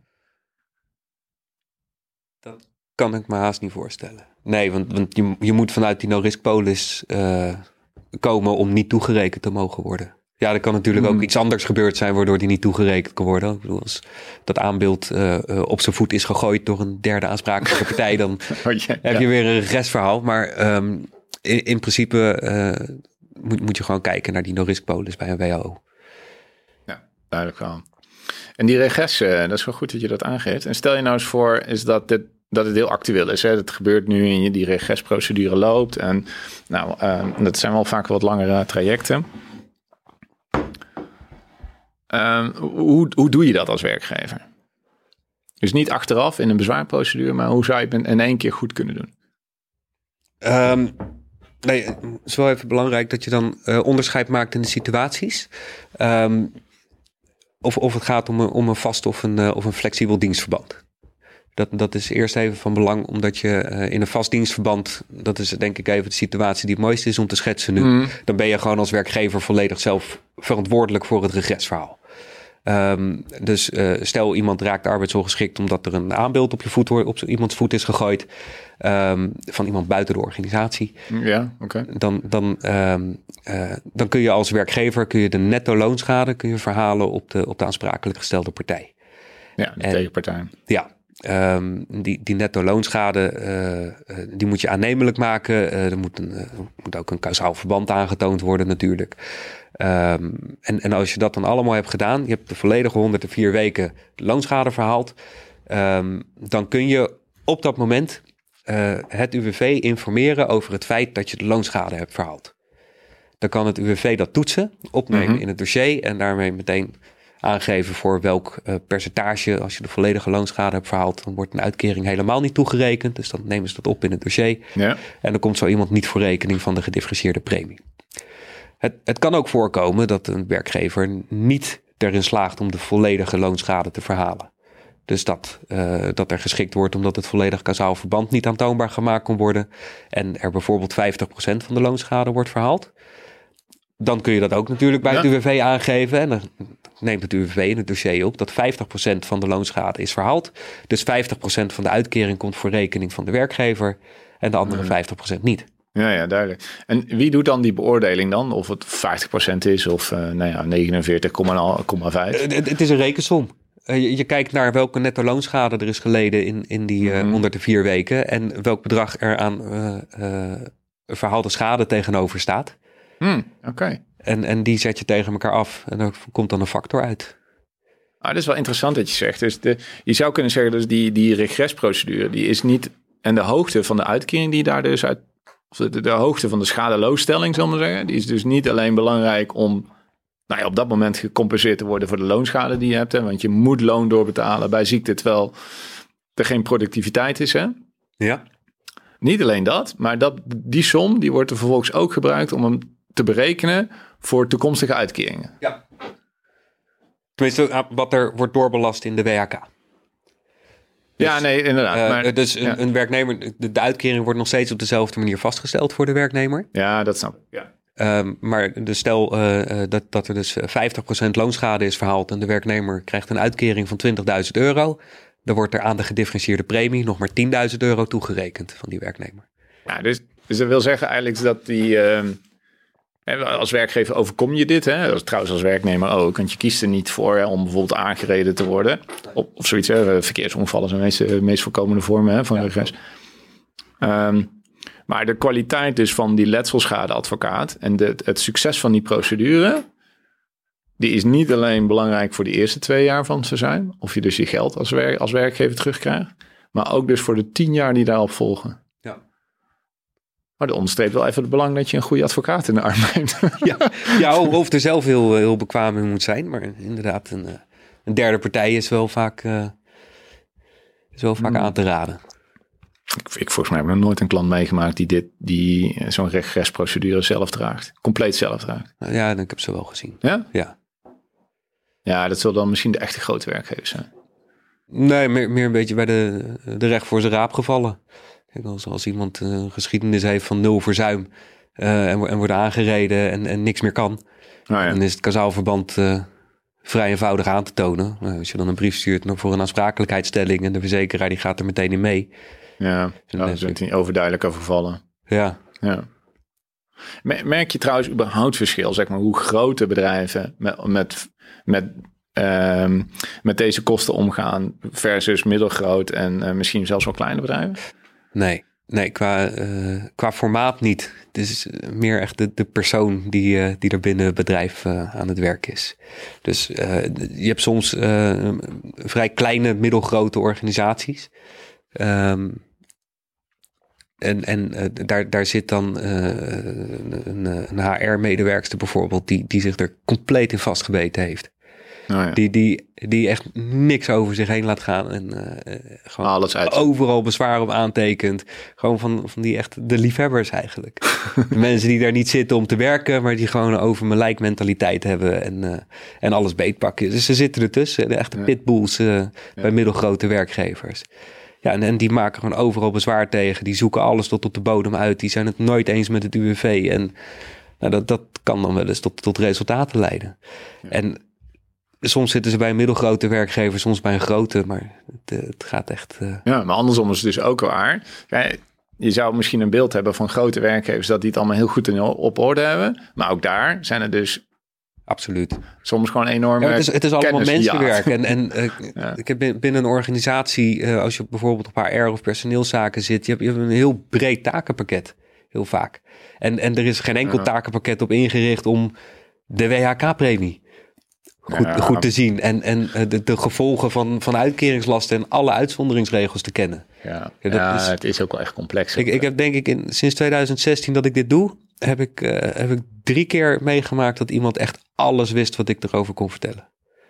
Dat kan ik me haast niet voorstellen. Nee, want, want je, je moet vanuit die no-risk-polis uh, komen om niet toegerekend te mogen worden. Ja, er kan natuurlijk hmm. ook iets anders gebeurd zijn waardoor die niet toegerekend kan worden. Ik bedoel, als dat aanbeeld uh, uh, op zijn voet is gegooid door een derde aansprakelijke partij, dan oh, yeah, heb je yeah. weer een regretsverhaal. Maar um, in, in principe uh, moet, moet je gewoon kijken naar die no-risk-polis bij een W A O. Ja, duidelijk wel. En die regres, uh, dat is wel goed dat je dat aangeeft. En stel je nou eens voor, is dat dit dat het heel actueel is. Hè? Het gebeurt nu en die regresprocedure loopt. En nou, uh, dat zijn wel vaak wat langere trajecten. Um, hoe, hoe doe je dat als werkgever? Dus niet achteraf in een bezwaarprocedure, maar hoe zou je het in één keer goed kunnen doen? Um, nee, het is wel even belangrijk dat je dan uh, onderscheid maakt in de situaties. Um, of, of het gaat om een, om een vast of een, uh, of een flexibel dienstverband. Dat, dat is eerst even van belang, omdat je uh, in een vast dienstverband, dat is denk ik even de situatie die het mooiste is om te schetsen nu. Mm. Dan ben je gewoon als werkgever volledig zelf verantwoordelijk voor het regresverhaal. Um, dus uh, stel iemand raakt arbeidsongeschikt omdat er een aanbeeld op je voet op iemands voet is gegooid. Um, van iemand buiten de organisatie. Ja, oké. Okay. Dan, dan, um, uh, dan kun je als werkgever kun je de netto loonschade kun je verhalen op de, op de aansprakelijk gestelde partij. Ja, de en, tegenpartij. Ja. Um, die, die netto loonschade, uh, uh, die moet je aannemelijk maken. Uh, er moet, een, uh, moet ook een kausaal verband aangetoond worden natuurlijk. Um, en, en als je dat dan allemaal hebt gedaan, je hebt de volledige honderdvier weken loonschade verhaald, um, dan kun je op dat moment uh, het U W V informeren over het feit dat je de loonschade hebt verhaald. Dan kan het U W V dat toetsen, opnemen mm-hmm. in het dossier en daarmee meteen aangeven voor welk uh, percentage, als je de volledige loonschade hebt verhaald, dan wordt een uitkering helemaal niet toegerekend. Dus dan nemen ze dat op in het dossier. Ja. En dan komt zo iemand niet voor rekening van de gedifferentieerde premie. Het, het kan ook voorkomen dat een werkgever niet erin slaagt om de volledige loonschade te verhalen. Dus dat, uh, dat er geschikt wordt omdat het volledig kausaal verband niet aantoonbaar gemaakt kon worden. En er bijvoorbeeld vijftig procent van de loonschade wordt verhaald. Dan kun je dat ook natuurlijk bij ja. het U W V aangeven. En dan neemt het U W V in het dossier op dat vijftig procent van de loonschade is verhaald. Dus vijftig procent van de uitkering komt voor rekening van de werkgever en de andere vijftig procent niet. Ja, ja, duidelijk. En wie doet dan die beoordeling dan? Of het vijftig procent is of uh, nou ja, negenenveertig komma vijf? Uh, het, het is een rekensom. Uh, je, je kijkt naar welke netto loonschade er is geleden in, in die uh, mm. honderdvier weken en welk bedrag er aan uh, uh, verhaalde schade tegenover staat. Hmm, Oké. Okay. En, en die zet je tegen elkaar af en er komt dan een factor uit. Ah, dat is wel interessant dat je zegt. Dus de, je zou kunnen zeggen, dus die, die regresprocedure, die is niet, en de hoogte van de uitkering die daar dus uit, of de, de hoogte van de schadeloosstelling, zal ik maar zeggen, die is dus niet alleen belangrijk om nou ja, op dat moment gecompenseerd te worden voor de loonschade die je hebt. Hè, want je moet loon doorbetalen bij ziekte, terwijl er geen productiviteit is. Hè? Ja. Niet alleen dat, maar dat, die som die wordt er vervolgens ook gebruikt om hem te berekenen voor toekomstige uitkeringen. Ja. Tenminste, wat er wordt doorbelast in de W H K. Dus, ja, nee, inderdaad. Uh, maar, dus een, ja. een werknemer, de, de uitkering wordt nog steeds op dezelfde manier vastgesteld voor de werknemer. Ja, dat snap ik. Ja. Um, maar dus stel uh, dat, dat er dus vijftig procent loonschade is verhaald en de werknemer krijgt een uitkering van twintigduizend euro. Dan wordt er aan de gedifferentieerde premie nog maar tienduizend euro toegerekend van die werknemer. Ja, dus, dus dat wil zeggen eigenlijk dat die... Uh, als werkgever overkom je dit, hè? Trouwens als werknemer ook. Want je kiest er niet voor hè, om bijvoorbeeld aangereden te worden. Of, of zoiets, hè? Verkeersongevallen zijn de meest, de meest voorkomende vormen hè, van ja. regres. Um, maar de kwaliteit dus van die letselschadeadvocaat en de, het succes van die procedure, die is niet alleen belangrijk voor de eerste twee jaar van het verzuim, of je dus je geld als, werk, als werkgever terugkrijgt, maar ook dus voor de tien jaar die daarop volgen. Ja. Maar dat onderstreept wel even het belang dat je een goede advocaat in de arm neemt. Ja, ja of er zelf heel, heel bekwaam in moet zijn. Maar inderdaad, een, een derde partij is wel vaak, uh, is wel vaak mm. aan te raden. Ik, ik volgens mij heb ik nog nooit een klant meegemaakt die, dit, die zo'n regresprocedure zelf draagt. Compleet zelf draagt. Ja, ik heb ze wel gezien. Ja? Ja. Ja, dat zullen dan misschien de echte grote werkgevers zijn. Nee, meer, meer een beetje bij de, de recht voor zijn raap gevallen. Als, als iemand een geschiedenis heeft van nul verzuim uh, en, en wordt aangereden en, en niks meer kan, oh ja. dan is het kausaal verband uh, vrij eenvoudig aan te tonen. Uh, als je dan een brief stuurt voor een aansprakelijkheidsstelling en de verzekeraar die gaat er meteen in mee. Ja, daar is het niet overduidelijk over gevallen. Ja. ja. Merk je trouwens überhaupt verschil, zeg maar, hoe grote bedrijven met, met, met, uh, met deze kosten omgaan versus middelgroot en uh, misschien zelfs wel kleine bedrijven? Nee, nee qua, uh, qua formaat niet. Het is meer echt de, de persoon die, uh, die er binnen het bedrijf uh, aan het werk is. Dus uh, je hebt soms uh, vrij kleine, middelgrote organisaties. Um, en en uh, daar, daar zit dan uh, een, een H R-medewerkster bijvoorbeeld die, die zich er compleet in vastgebeten heeft. ja. Die, die, die echt niks over zich heen laat gaan. En uh, gewoon alles uit. overal bezwaar op aantekent. Gewoon van, van die echt de liefhebbers eigenlijk. De mensen die daar niet zitten om te werken, maar die gewoon over mijn lijk mentaliteit hebben. En, uh, en alles beetpakken. Dus ze zitten ertussen. De echte ja. pitbulls uh, ja. bij middelgrote werkgevers. Ja, en, en die maken gewoon overal bezwaar tegen. Die zoeken alles tot op de bodem uit. Die zijn het nooit eens met het U W V. En nou, dat, dat kan dan wel eens tot, tot resultaten leiden. Ja. En soms zitten ze bij een middelgrote werkgever, soms bij een grote. Maar het, het gaat echt... Uh... Ja, maar andersom is het dus ook waar. Ja, je zou misschien een beeld hebben van grote werkgevers dat die het allemaal heel goed in, op orde hebben. Maar ook daar zijn er dus... Absoluut. Soms gewoon enorm. Ja, het is, het is allemaal mensenwerk. En, en uh, ja. ik heb binnen een organisatie, uh, als je bijvoorbeeld op H R of personeelszaken zit, je hebt, je hebt een heel breed takenpakket. Heel vaak. En, en er is geen enkel ja. takenpakket op ingericht om de W H K-premie goed, ja. goed te zien. En, en de, de gevolgen van, van uitkeringslasten en alle uitzonderingsregels te kennen. Ja, ja, dat ja is, het is ook wel echt complex. Ik, ik heb denk ik in, sinds twintig zestien dat ik dit doe, heb ik, uh, heb ik drie keer meegemaakt dat iemand echt alles wist wat ik erover kon vertellen.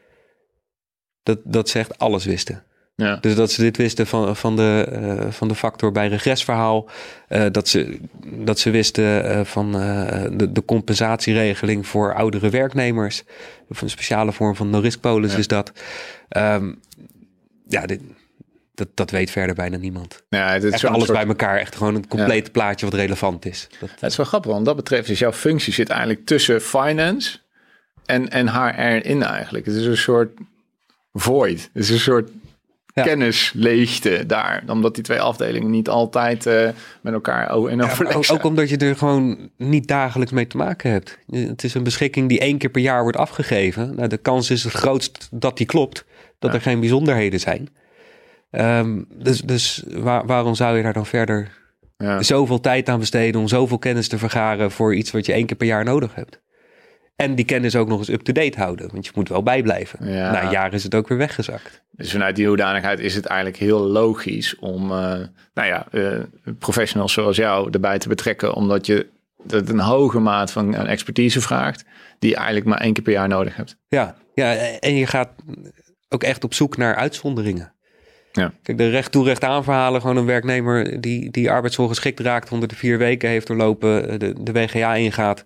Dat, dat ze echt alles wisten. Ja. Dus dat ze dit wisten van, van, de, uh, van de factor bij regresverhaal. Uh, dat, ze, dat ze wisten uh, van uh, de, de compensatieregeling voor oudere werknemers. Of een speciale vorm van no-risk-polis ja. is dat. Um, ja, dit, dat, dat weet verder bijna niemand. Ja, het is echt alles soort... bij elkaar. Echt gewoon een complete ja. plaatje wat relevant is. Dat... Het is wel grappig, want dat betreft is jouw functie zit eigenlijk tussen finance en, en H R in eigenlijk. Het is een soort void. Het is een soort... Ja. kennisleegte daar. Omdat die twee afdelingen niet altijd uh, met elkaar in overleg ja, ook, zijn. Ook omdat je er gewoon niet dagelijks mee te maken hebt. Het is een beschikking die één keer per jaar wordt afgegeven. Nou, de kans is het grootst dat die klopt. Dat ja. er geen bijzonderheden zijn. Um, dus dus waar, waarom zou je daar dan verder ja. zoveel tijd aan besteden... om zoveel kennis te vergaren voor iets wat je één keer per jaar nodig hebt? En die kennis ook nog eens up-to-date houden. Want je moet wel bijblijven. Ja. Na een jaar is het ook weer weggezakt. Dus vanuit die hoedanigheid is het eigenlijk heel logisch om uh, nou ja, uh, professionals zoals jou erbij te betrekken. Omdat je het een hoge maat van expertise vraagt. Die je eigenlijk maar één keer per jaar nodig hebt. Ja, ja, en je gaat ook echt op zoek naar uitzonderingen. Ja. Kijk, de recht toe recht aan verhalen. Gewoon een werknemer die, die arbeidsongeschikt raakt. onder de vier weken heeft doorlopen. De, de W G A ingaat.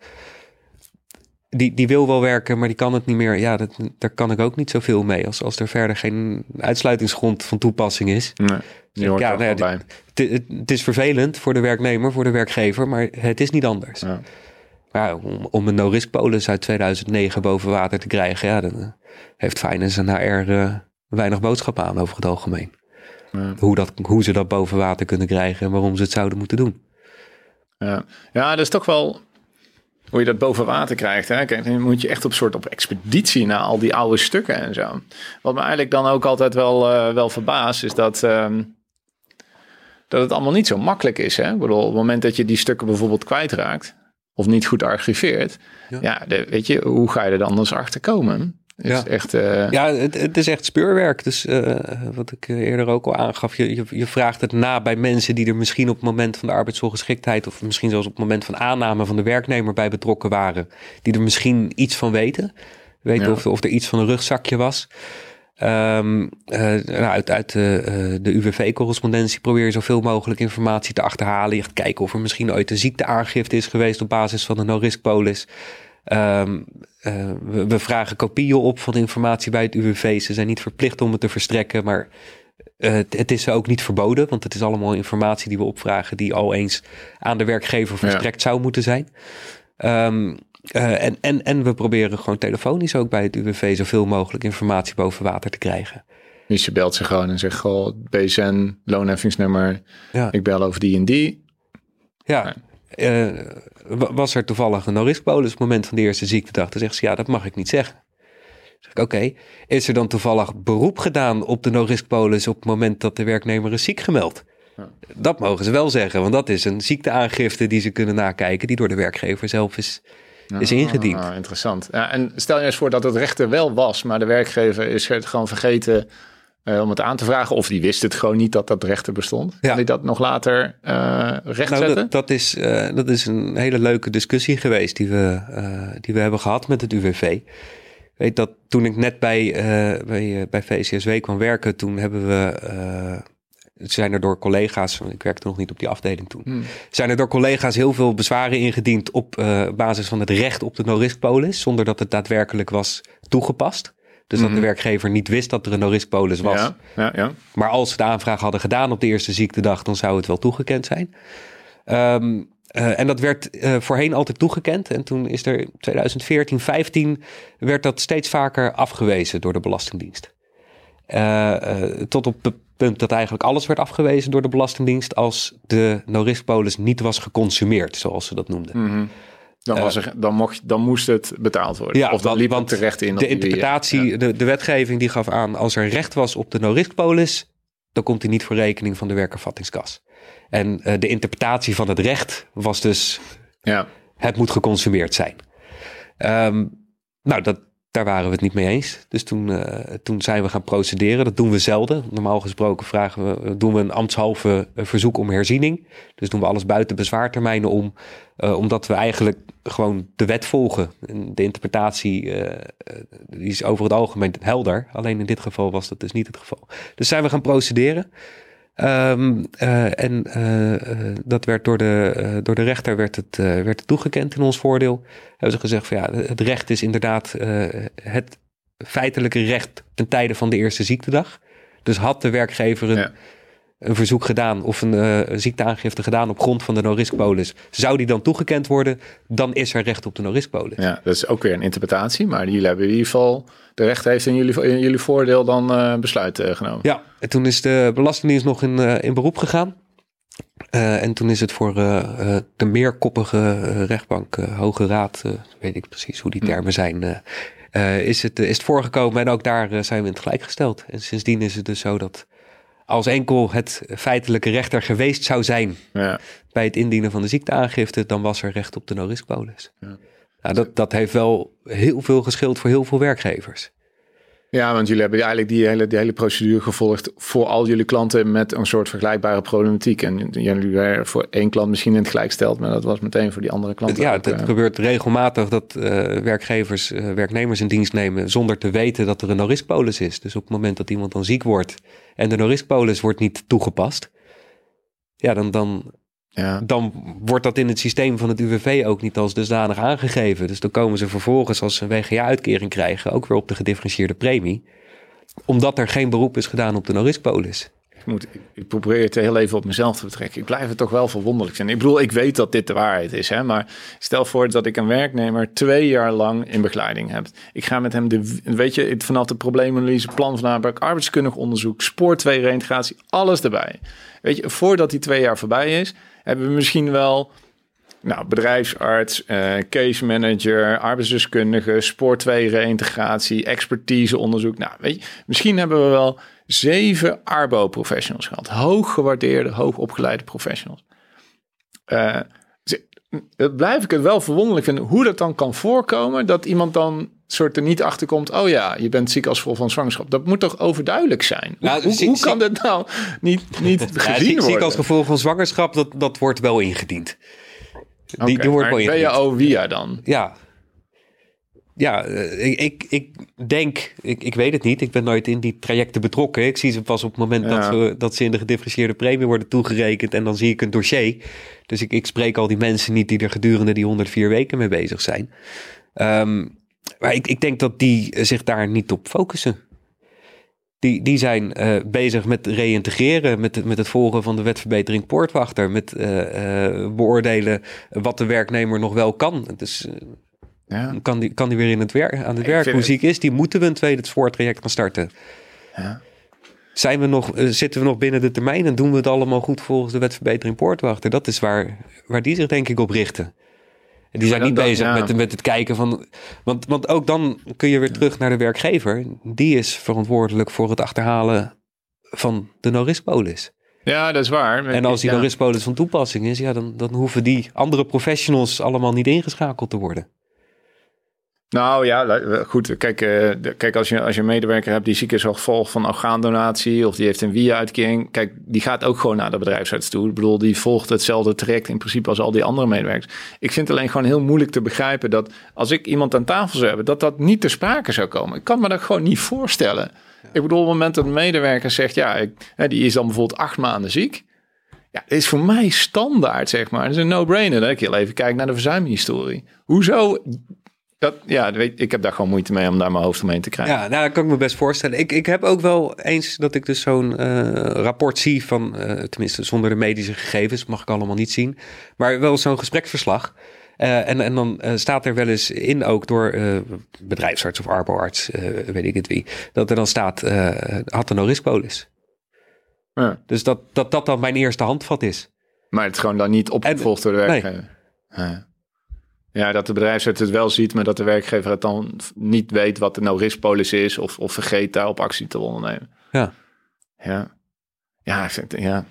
Die, die wil wel werken, maar die kan het niet meer. Ja, dat, daar kan ik ook niet zoveel mee. Als, als er verder geen uitsluitingsgrond van toepassing is. Nee, die hoort ja, er nou ja, bij. Het, het, het is vervelend voor de werknemer, voor de werkgever, maar het is niet anders. Ja. Ja, om, om een no-risk polis uit tweeduizend negen boven water te krijgen, ja, dan uh, heeft finance en H R uh, weinig boodschap aan over het algemeen. Ja. Hoe, dat, hoe ze dat boven water kunnen krijgen en waarom ze het zouden moeten doen. Ja, ja, dat is toch wel... hoe je dat boven water krijgt. Hè? Kijk, dan moet je echt op soort op expeditie naar al die oude stukken en zo. Wat me eigenlijk dan ook altijd wel, uh, wel verbaast, is dat, um, dat het allemaal niet zo makkelijk is. Hè? Ik bedoel, op het moment dat je die stukken bijvoorbeeld kwijtraakt, of niet goed archiveert, ja, ja de, weet je, hoe ga je er dan anders achter komen? Het ja, is echt, uh... ja het, het is echt speurwerk. Dus uh, wat ik eerder ook al aangaf, je, je, je vraagt het na bij mensen die er misschien op het moment van de arbeidsongeschiktheid, of misschien zelfs op het moment van aanname van de werknemer bij betrokken waren, die er misschien iets van weten. Weten ja. of, of er iets van een rugzakje was. Um, uh, nou, uit uit uh, de U W V-correspondentie probeer je zoveel mogelijk informatie te achterhalen. Je gaat kijken of er misschien ooit een ziekteaangifte is geweest op basis van een no-risk-polis. Um, uh, we, we vragen kopieën op van informatie bij het U W V. Ze zijn niet verplicht om het te verstrekken, maar uh, het, het is ook niet verboden, want het is allemaal informatie die we opvragen die al eens aan de werkgever verstrekt ja. zou moeten zijn. Um, uh, en, en, en we proberen gewoon telefonisch ook bij het U W V zoveel mogelijk informatie boven water te krijgen. Dus je belt ze gewoon en zegt, goh, B S N, loonheffingsnummer, ja. ik bel over die en die. Ja, ja. Uh, was er toevallig een no-risk-polis op het moment van de eerste ziektedag? Dan zegt ze, ja, dat mag ik niet zeggen. Dan zeg ik, oké, okay. Is er dan toevallig beroep gedaan op de no-risk-polis op het moment dat de werknemer is ziek gemeld? Ja. Dat mogen ze wel zeggen, want dat is een ziekteaangifte die ze kunnen nakijken, die door de werkgever zelf is, is ingediend. Ah, interessant. Ja, en stel je eens voor dat het recht er wel was, maar de werkgever is het gewoon vergeten Uh, om het aan te vragen, of die wist het gewoon niet dat dat rechter bestond. Ja. Kan die dat nog later uh, rechtzetten? Nou, dat, dat, is, uh, dat is een hele leuke discussie geweest die we, uh, die we hebben gehad met het U W V. weet dat toen ik net bij, uh, bij, uh, bij V C S W kwam werken, toen hebben we... Uh, zijn er door collega's, ik werkte nog niet op die afdeling toen, hmm. zijn er door collega's heel veel bezwaren ingediend op uh, basis van het recht op de no-risk-polis, zonder dat het daadwerkelijk was toegepast. Dus mm-hmm. dat de werkgever niet wist dat er een no-risk-polis was. Ja, ja, ja. Maar als ze de aanvraag hadden gedaan op de eerste ziektedag, dan zou het wel toegekend zijn. Um, uh, en dat werd uh, voorheen altijd toegekend. En toen is er twintig veertien, vijftien werd dat steeds vaker afgewezen door de Belastingdienst. Uh, uh, tot op het punt dat eigenlijk alles werd afgewezen door de Belastingdienst als de no-risk-polis niet was geconsumeerd, zoals ze dat noemden. Mm-hmm. Dan, was er, dan, mocht, dan moest het betaald worden. Ja, of dan liep het terecht in. De interpretatie, ja. de, de wetgeving die gaf aan, als er recht was op de no-risk-polis, dan komt die niet voor rekening van de werkervattingskas. En uh, de interpretatie van het recht was dus, ja. het moet geconsumeerd zijn. Um, nou, dat, daar waren we het niet mee eens. Dus toen, uh, toen zijn we gaan procederen. Dat doen we zelden. Normaal gesproken vragen we, doen we een ambtshalve verzoek om herziening. Dus doen we alles buiten bezwaartermijnen om. Uh, omdat we eigenlijk gewoon de wet volgen. En de interpretatie uh, die is over het algemeen helder. Alleen in dit geval was dat dus niet het geval. Dus zijn we gaan procederen. Um, uh, en uh, uh, dat werd door de, uh, door de rechter werd het, uh, werd het toegekend in ons voordeel. Hebben ze gezegd van ja, het recht is inderdaad uh, het feitelijke recht ten tijde van de eerste ziektedag. Dus had de werkgever een, ja. een verzoek gedaan of een uh, ziekteaangifte gedaan op grond van de no-risk-polis, zou die dan toegekend worden, dan is er recht op de no-risk-polis. Ja, dat is ook weer een interpretatie, maar jullie hebben in ieder geval, de rechter heeft in jullie, in jullie voordeel dan uh, besluit uh, genomen. Ja, en toen is de Belastingdienst nog in, uh, in beroep gegaan. Uh, en toen is het voor uh, uh, de meerkoppige uh, rechtbank, uh, Hoge Raad, uh, weet ik precies hoe die termen zijn, uh, uh, is, het, uh, is het voorgekomen en ook daar uh, zijn we in het gelijk gesteld. En sindsdien is het dus zo dat als enkel het feitelijke recht er geweest zou zijn ja. bij het indienen van de ziekteaangifte, dan was er recht op de no-risk-polis. Ja. Nou, dat, dat heeft wel heel veel geschild voor heel veel werkgevers. Ja, want jullie hebben eigenlijk die hele, die hele procedure gevolgd voor al jullie klanten met een soort vergelijkbare problematiek. En jullie werden voor één klant misschien in het gelijk stelt, maar dat was meteen voor die andere klanten. Ja, ook, het, het uh... gebeurt regelmatig dat uh, werkgevers uh, werknemers in dienst nemen zonder te weten dat er een no-risk-polis is. Dus op het moment dat iemand dan ziek wordt en de no-risk-polis wordt niet toegepast, ja, dan... dan Ja. dan wordt dat in het systeem van het U W V ook niet als dusdanig aangegeven. Dus dan komen ze vervolgens, als ze een W G A-uitkering krijgen, ook weer op de gedifferentieerde premie. Omdat er geen beroep is gedaan op de no-risk-polis. Ik, moet, ik probeer het heel even op mezelf te betrekken. Ik blijf het toch wel verwonderlijk zijn. Ik bedoel, ik weet dat dit de waarheid is. Hè? Maar stel voor dat ik een werknemer twee jaar lang in begeleiding heb. Ik ga met hem, de, weet je, vanaf de probleemanalyse, plan van aanpak, arbeidskundig onderzoek, spoor twee reïntegratie, alles erbij. Weet je, voordat die twee jaar voorbij is, hebben we misschien wel nou, bedrijfsarts, uh, case manager, arbeidsdeskundige, spoor twee reïntegratie, expertiseonderzoek. Nou, weet je, misschien hebben we wel zeven arbo-professionals gehad. Hoog gewaardeerde, hoog opgeleide professionals. Uh, dat blijf ik het wel verwonderlijk vinden hoe dat dan kan voorkomen dat iemand dan soort er niet achter komt. Oh ja, je bent ziek als gevolg van zwangerschap. Dat moet toch overduidelijk zijn? Nou, hoe, zie, hoe kan zie, dat nou niet, niet gezien ja, zie, worden? Ziek als gevolg van zwangerschap, dat, dat wordt wel ingediend. Die, okay, die wordt wel ingediend. Ben je O via dan? Ja. Ja, ik, ik, ik denk, ik, ik weet het niet. Ik ben nooit in die trajecten betrokken. Ik zie ze pas op het moment ja. dat, ze, dat ze in de gedifferentieerde premie worden toegerekend. En dan zie ik een dossier. Dus ik, ik spreek al die mensen niet die er gedurende die honderdvier weken mee bezig zijn. Um, maar ik, ik denk dat die zich daar niet op focussen. Die, die zijn uh, bezig met reïntegreren, met, met het volgen van de wetverbetering Poortwachter. Met uh, uh, beoordelen wat de werknemer nog wel kan. Dus uh, ja. kan, die, kan die weer in het werk, aan het werk. Hoe ziek is die? Moeten we een tweede spoortraject gaan starten? Ja. Zijn we nog, uh, zitten we nog binnen de termijn en doen we het allemaal goed volgens de wetverbetering Poortwachter? Dat is waar, waar die zich denk ik op richten. Die zijn niet bezig ja. met, met het kijken van... Want, want ook dan kun je weer terug naar de werkgever. Die is verantwoordelijk voor het achterhalen van de no-risk-polis. Ja, dat is waar. En als die ja. no-risk-polis van toepassing is... Ja, dan, dan hoeven die andere professionals allemaal niet ingeschakeld te worden. Nou ja, goed. Kijk, uh, kijk als, je, als je een medewerker hebt die ziek is als gevolg van orgaandonatie of die heeft een W I A-uitkering. Kijk, die gaat ook gewoon naar de bedrijfsarts toe. Ik bedoel, die volgt hetzelfde traject in principe als al die andere medewerkers. Ik vind het alleen gewoon heel moeilijk te begrijpen dat als ik iemand aan tafel zou hebben, dat dat niet ter sprake zou komen. Ik kan me dat gewoon niet voorstellen. Ja. Ik bedoel, op het moment dat een medewerker zegt, ja, ik, hè, die is dan bijvoorbeeld acht maanden ziek. Ja, dat is voor mij standaard, zeg maar. Dat is een no-brainer. Dat ik heel even kijk naar de verzuimhistorie. Hoezo... Dat, ja, weet, ik heb daar gewoon moeite mee om daar mijn hoofd omheen te krijgen. Ja, nou, dat kan ik me best voorstellen. Ik, ik heb ook wel eens dat ik dus zo'n uh, rapport zie van, uh, tenminste zonder de medische gegevens, mag ik allemaal niet zien, maar wel zo'n gespreksverslag. Uh, en, en dan uh, staat er wel eens in ook door uh, bedrijfsarts of arboarts, uh, weet ik het wie, dat er dan staat, uh, had een no-risk-polis. Ja. Dus dat, dat dat dan mijn eerste handvat is. Maar het is gewoon dan niet opgevolgd door de werkgever. Nee. Ja. Ja, dat de bedrijfsarts het wel ziet, maar dat de werkgever het dan niet weet wat de no-risk-polis is of, of vergeet daarop actie te ondernemen. Ja. Ja. Ja, ik vind, ja.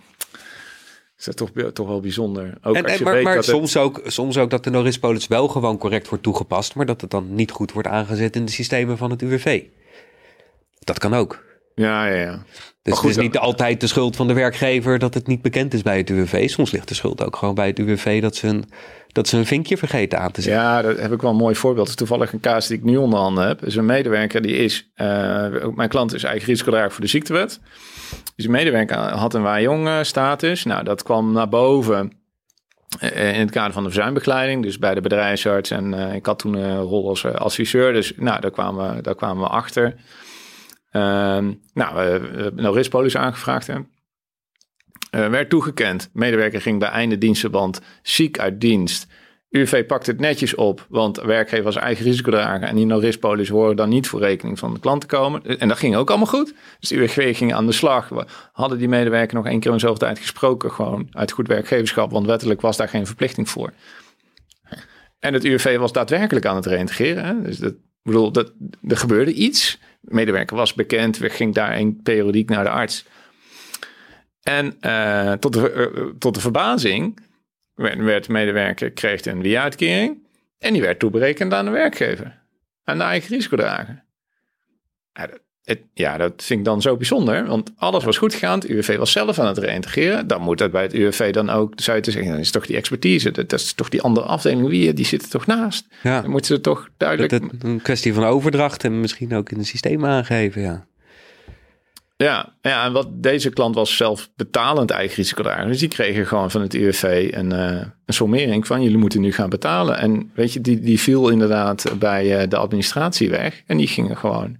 Is dat toch, toch wel bijzonder. Ook en, als je en, maar weet maar dat soms, het... ook, soms ook dat de no-risk-polis wel gewoon correct wordt toegepast, maar dat het dan niet goed wordt aangezet in de systemen van het U W V. Dat kan ook. Ja, ja, ja. Dus goed, het is niet dat... altijd de schuld van de werkgever dat het niet bekend is bij het U W V. Soms ligt de schuld ook gewoon bij het U W V dat ze een, dat ze een vinkje vergeten aan te zetten. Ja, dat heb ik wel een mooi voorbeeld. Dat is toevallig een casus die ik nu onder handen heb. Dus een medewerker die is... Uh, mijn klant is eigen risicodrager voor de ziektewet. Dus een medewerker had een waar-jong status. Nou, dat kwam naar boven uh, in het kader van de verzuimbegeleiding. Dus bij de bedrijfsarts. En uh, ik had toen een rol als uh, adviseur. Dus nou, daar kwamen, daar kwamen we achter. Uh, nou, we hebben een riskpolis aangevraagd. Hè. Uh, werd toegekend. Medewerker ging bij einde dienstverband ziek uit dienst. U W V pakt het netjes op, want de werkgever was eigen risicodrager en die no-risk-polis horen dan niet voor rekening van de klant te komen. En dat ging ook allemaal goed. Dus de U W V ging aan de slag. We hadden die medewerker nog één keer in zoveel tijd gesproken, gewoon uit goed werkgeverschap, want wettelijk was daar geen verplichting voor. En het U W V was daadwerkelijk aan het reintegreren. Hè? Dus dat, ik bedoel, dat, er gebeurde iets. De medewerker was bekend, we ging daarin periodiek naar de arts. En uh, tot, de, uh, tot de verbazing werd de medewerker, kreeg een W I A-uitkering en die werd toeberekend aan de werkgever. Aan de eigen risicodrager. Ja, dat, het, ja, dat vind ik dan zo bijzonder, want alles was goed gegaan. Het U W V was zelf aan het reintegreren. Dan moet dat bij het U W V dan ook, zou je te zeggen, dat is toch die expertise. Dat, dat is toch die andere afdeling, wie, die zit er toch naast. Ja. Dan moeten ze toch duidelijk... Dat, dat, een kwestie van overdracht en misschien ook in het systeem aangeven, ja. Ja, ja, en wat deze klant was zelf betalend eigen risicodrager. Dus die kregen gewoon van het U W V een, uh, een sommering van jullie moeten nu gaan betalen. En weet je, die, die viel inderdaad bij uh, de administratie weg. En die gingen gewoon,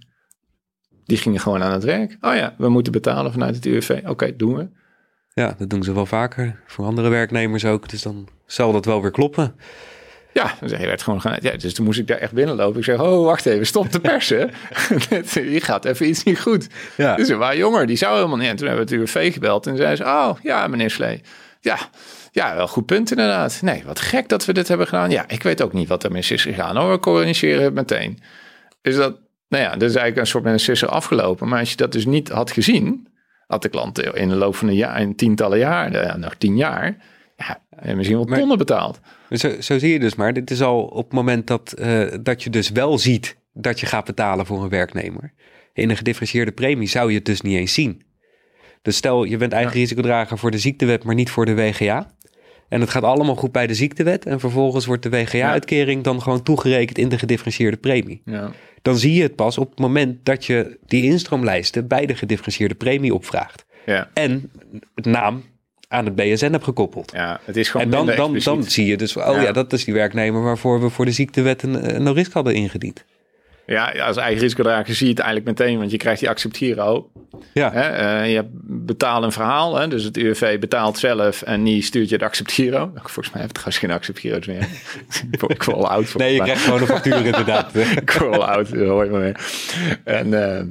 die gingen gewoon aan het werk. Oh ja, we moeten betalen vanuit het U W V. Oké, okay, doen we. Ja, dat doen ze wel vaker. Voor andere werknemers ook. Dus dan zal dat wel weer kloppen. Ja, dus hij werd gewoon gaan. Ja, dus toen moest ik daar echt binnenlopen. Ik zeg, oh, wacht even, stop te persen. Hier gaat even iets niet goed. Ja. Dus er waren jonger, die zou helemaal niet. En toen hebben we het U W V gebeld en zei ze, oh, ja, meneer Slee. Ja, ja, wel goed punt inderdaad. Nee, wat gek dat we dit hebben gedaan. Ja, ik weet ook niet wat er mis is gegaan. Hoor, we corrigeren het meteen. Dus dat, nou ja, dat is eigenlijk een soort met een sisser afgelopen. Maar als je dat dus niet had gezien, had de klant in de loop van een jaar, in tientallen jaren, ja, nog tien jaar, ja, misschien wel tonnen betaald. Zo, zo zie je dus maar. Dit is al op het moment dat, uh, dat je dus wel ziet dat je gaat betalen voor een werknemer. In een gedifferentieerde premie zou je het dus niet eens zien. Dus stel, je bent eigen ja. risicodrager voor de ziektewet, maar niet voor de W G A. En het gaat allemaal goed bij de ziektewet. En vervolgens wordt de W G A-uitkering ja. dan gewoon toegerekend in de gedifferentieerde premie. Ja. Dan zie je het pas op het moment dat je die instroomlijsten bij de gedifferentieerde premie opvraagt. Ja. En het naam aan het B S N heb gekoppeld. Ja, het is gewoon en dan, dan, dan zie je dus, oh ja. ja, dat is die werknemer waarvoor we voor de ziektewet een, een no-risk hadden ingediend. Ja, als eigen risicodrager zie je het eigenlijk meteen, want je krijgt die accept-giro. Ja. Hè, uh, je betaalt een verhaal, hè, dus het U W V betaalt zelf en die stuurt je de accept-giro. Volgens mij heeft het trouwens geen accept-giro's meer. ik word wel oud. Voor nee, je krijgt gewoon een factuur inderdaad. ik word wel oud, dat hoor je maar meer. En... Uh,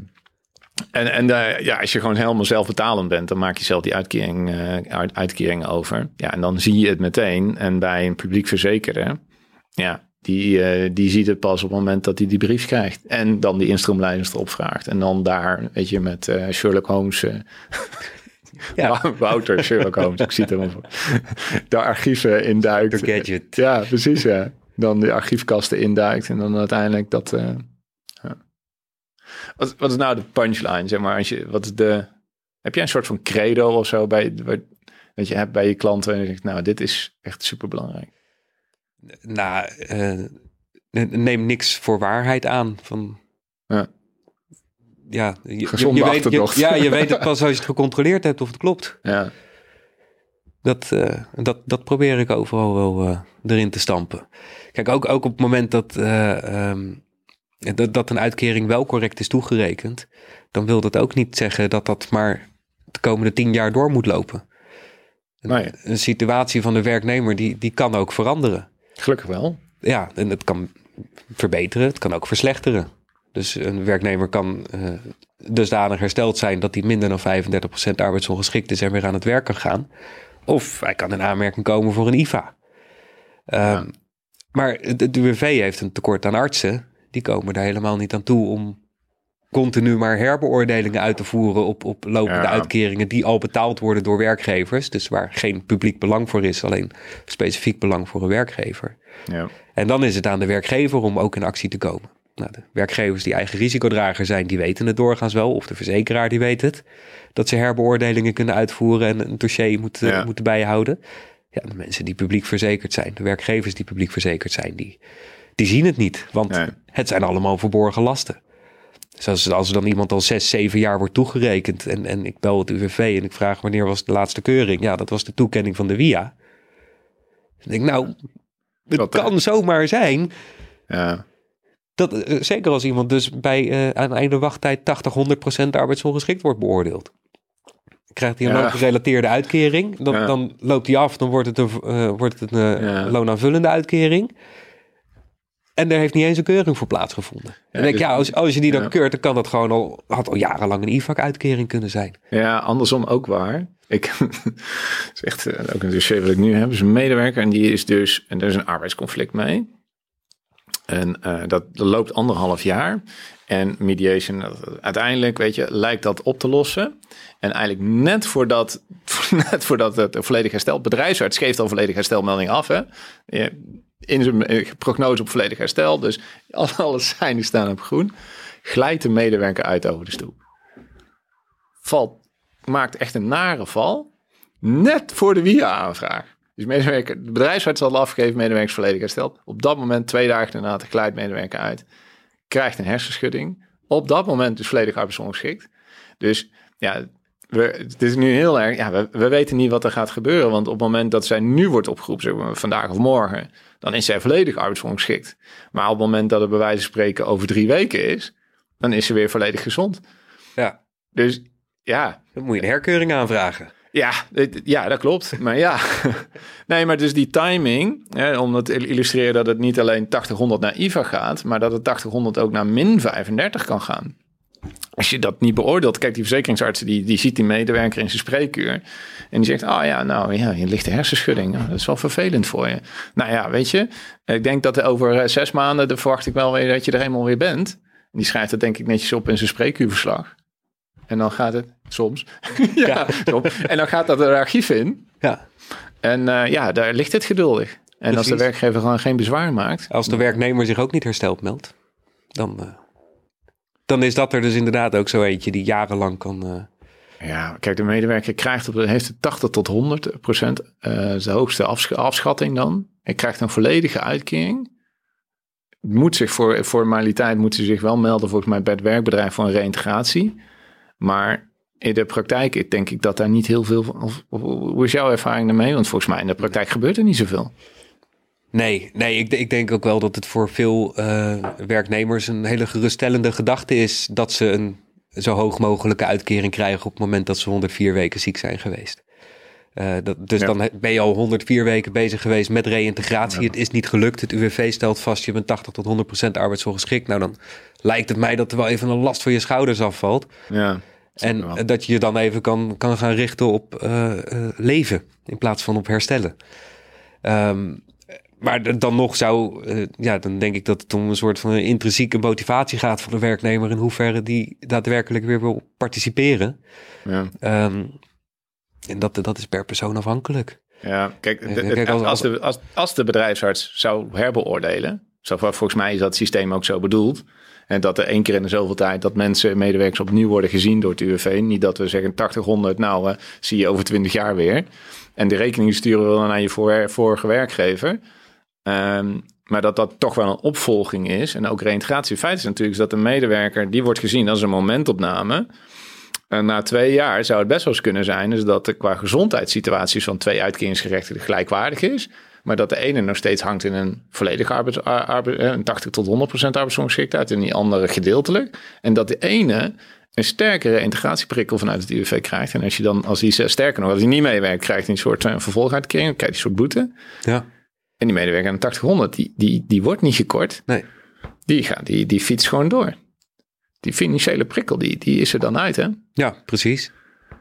En, en uh, ja, als je gewoon helemaal zelfbetalend bent, dan maak je zelf die uitkering, uh, uitkering over. Ja, en dan zie je het meteen. En bij een publiek verzekerder, ja, die, uh, die ziet het pas op het moment dat hij die brief krijgt. En dan die instroomlijst erop vraagt. En dan daar, weet je, met uh, Sherlock Holmes... Uh, ja. Wouter Sherlock Holmes, ik zie het helemaal voor. De archieven induikt. De gadget. Ja, precies, ja. dan de archiefkasten induikt en dan uiteindelijk dat... Uh, ja. wat, wat is nou de punchline, zeg maar? Als je, wat is de, heb jij een soort van credo of zo bij, bij, dat je hebt bij je klanten en je zegt, nou, dit is echt superbelangrijk? Nou, uh, neem niks voor waarheid aan. Van, ja. Ja, je, Gezonde je, je achterdocht. Weet, je, ja, je weet het pas als je het gecontroleerd hebt of het klopt. Ja. Dat, uh, dat, dat probeer ik overal wel uh, erin te stampen. Kijk, ook, ook op het moment dat, uh, um, dat, dat een uitkering wel correct is toegerekend, dan wil dat ook niet zeggen dat dat maar de komende tien jaar door moet lopen. Een, nee. een situatie van de werknemer, die, die kan ook veranderen. Gelukkig wel. Ja, en het kan verbeteren, het kan ook verslechteren. Dus een werknemer kan uh, dusdanig hersteld zijn dat hij minder dan vijfendertig procent arbeidsongeschikt is en weer aan het werk kan gaan. Of hij kan in aanmerking komen voor een I V A. Um, ja. Maar de, de U W V heeft een tekort aan artsen. Die komen daar helemaal niet aan toe om continu maar herbeoordelingen uit te voeren op, op lopende ja. uitkeringen die al betaald worden door werkgevers. Dus waar geen publiek belang voor is, alleen specifiek belang voor een werkgever. Ja. En dan is het aan de werkgever om ook in actie te komen. Nou, de werkgevers die eigen risicodrager zijn, die weten het doorgaans wel. Of de verzekeraar die weet het. Dat ze herbeoordelingen kunnen uitvoeren en een dossier moeten, ja. moeten bijhouden. Ja, de mensen die publiek verzekerd zijn, de werkgevers die publiek verzekerd zijn, die, die zien het niet. Want nee. het zijn allemaal verborgen lasten. Dus als, als er dan iemand al zes, zeven jaar wordt toegerekend en, en ik bel het U W V en ik vraag wanneer was de laatste keuring. Ja, dat was de toekenning van de W I A. Dan denk ik, nou, het dat kan er. zomaar zijn... Ja. Dat, zeker als iemand dus bij uh, aan einde wachttijd tachtig, honderd procent arbeidsongeschikt wordt beoordeeld. Krijgt hij een ja. loongerelateerde uitkering, dan, ja. dan loopt hij af, dan wordt het een, uh, wordt het een uh, ja. loonaanvullende uitkering. En daar heeft niet eens een keuring voor plaatsgevonden. Ja, en denk dus, ja, als, als je die dan ja. keurt, dan kan dat gewoon al, had al jarenlang een I V A-uitkering kunnen zijn. Ja, andersom ook waar. Ik, dat is echt uh, ook een dossier wat ik nu heb, is een medewerker en die is dus, en er is een arbeidsconflict mee. En uh, dat, dat loopt anderhalf jaar. En mediation, uiteindelijk, weet je, lijkt dat op te lossen. En eigenlijk net voordat, net voordat het volledig herstelt, bedrijfsarts geeft al volledig herstelmelding af. Hè? In zijn prognose op volledig herstel. Dus alle seinen staan op groen. Glijdt de medewerker uit over de stoep. Valt, maakt echt een nare val. Net voor de W I A-aanvraag. Dus medewerker, de bedrijfsarts zal afgegeven, medewerkers volledig hersteld. Op dat moment, twee dagen daarna, glijdt medewerker uit. Krijgt een hersenschudding. Op dat moment dus volledig arbeidsongeschikt. Dus ja, we, het is nu heel erg... Ja, we, we weten niet wat er gaat gebeuren. Want op het moment dat zij nu wordt opgeroepen, zeg maar, vandaag of morgen, dan is zij volledig arbeidsongeschikt. Maar op het moment dat het bij wijze van spreken over drie weken is, dan is ze weer volledig gezond. Ja. Dus ja. Dan moet je een herkeuring aanvragen. Ja, ja, dat klopt. Maar ja, nee, maar dus die timing, hè, om dat te illustreren dat het niet alleen tachtig honderd naar I V A gaat, maar dat het tachtig honderd ook naar min vijfendertig kan gaan. Als je dat niet beoordeelt, kijk, die verzekeringsarts die, die ziet die medewerker in zijn spreekuur en die zegt, oh ja, nou ja, je ligt de hersenschudding. Nou, dat is wel vervelend voor je. Nou ja, weet je, ik denk dat over zes maanden, dan verwacht ik wel weer dat je er helemaal weer bent. En die schrijft dat denk ik netjes op in zijn spreekuurverslag. En dan gaat het soms. ja, ja. Soms. En dan gaat dat er archief in. Ja. En uh, ja, daar ligt het geduldig. En Precies. als de werkgever gewoon geen bezwaar maakt. Als de werknemer zich ook niet hersteld meldt, dan, uh, dan is dat er dus inderdaad ook zo eentje die jarenlang kan... Uh... Ja, kijk, de medewerker krijgt op, heeft het tachtig tot honderd procent uh, de hoogste afsch- afschatting dan. Hij krijgt een volledige uitkering. Moet zich voor formaliteit moet ze zich wel melden volgens mij bij het werkbedrijf voor een reïntegratie. Maar in de praktijk denk ik dat daar niet heel veel... Of, of, hoe is jouw ervaring daarmee? Want volgens mij in de praktijk gebeurt er niet zoveel. Nee, nee ik, ik denk ook wel dat het voor veel uh, werknemers een hele geruststellende gedachte is dat ze een zo hoog mogelijke uitkering krijgen op het moment dat ze honderdvier weken ziek zijn geweest. Uh, dat, dus ja. dan ben je al honderdvier weken bezig geweest met reïntegratie. Ja. Het is niet gelukt. Het U W V stelt vast, je bent tachtig tot honderd procent arbeidsongeschikt. Nou, dan lijkt het mij dat er wel even een last van je schouders afvalt. Ja, en wel. Dat je je dan even kan, kan gaan richten op uh, uh, leven in plaats van op herstellen. Um, maar dan nog zou, uh, ja, dan denk ik dat het om een soort van intrinsieke motivatie gaat van de werknemer in hoeverre die daadwerkelijk weer wil participeren. Ja. Um, En dat, dat is per persoon afhankelijk. Ja, kijk, de, kijk als, als, de, als, als de bedrijfsarts zou herbeoordelen, zo, volgens mij is dat systeem ook zo bedoeld. En dat er één keer in de zoveel tijd dat mensen, medewerkers opnieuw worden gezien door het U W V. Niet dat we zeggen tachtig, honderd, nou uh, zie je over twintig jaar weer. En de rekening sturen we dan naar je voor, vorige werkgever. Um, maar dat dat toch wel een opvolging is. En ook reïntegratie. Het feit is natuurlijk dat de medewerker, die wordt gezien als een momentopname. En na twee jaar zou het best wel eens kunnen zijn dus dat er qua gezondheidssituaties van twee uitkeringsgerechtigden gelijkwaardig is. Maar dat de ene nog steeds hangt in een volledige arbeids, arbeid, een tachtig tot honderd procent arbeidsongeschiktheid en die andere gedeeltelijk. En dat de ene een sterkere integratieprikkel vanuit het U W V krijgt. En als je dan, als die sterker nog, als hij niet meewerkt, krijgt hij een soort uh, vervolguitkering, dan krijgt hij een soort boete. Ja. En die medewerker aan de tachtig honderd, die, die, die wordt niet gekort. Nee. Die, gaat, die, die fietst gewoon door. Die financiële prikkel, die, die is er dan uit, hè? Ja, precies.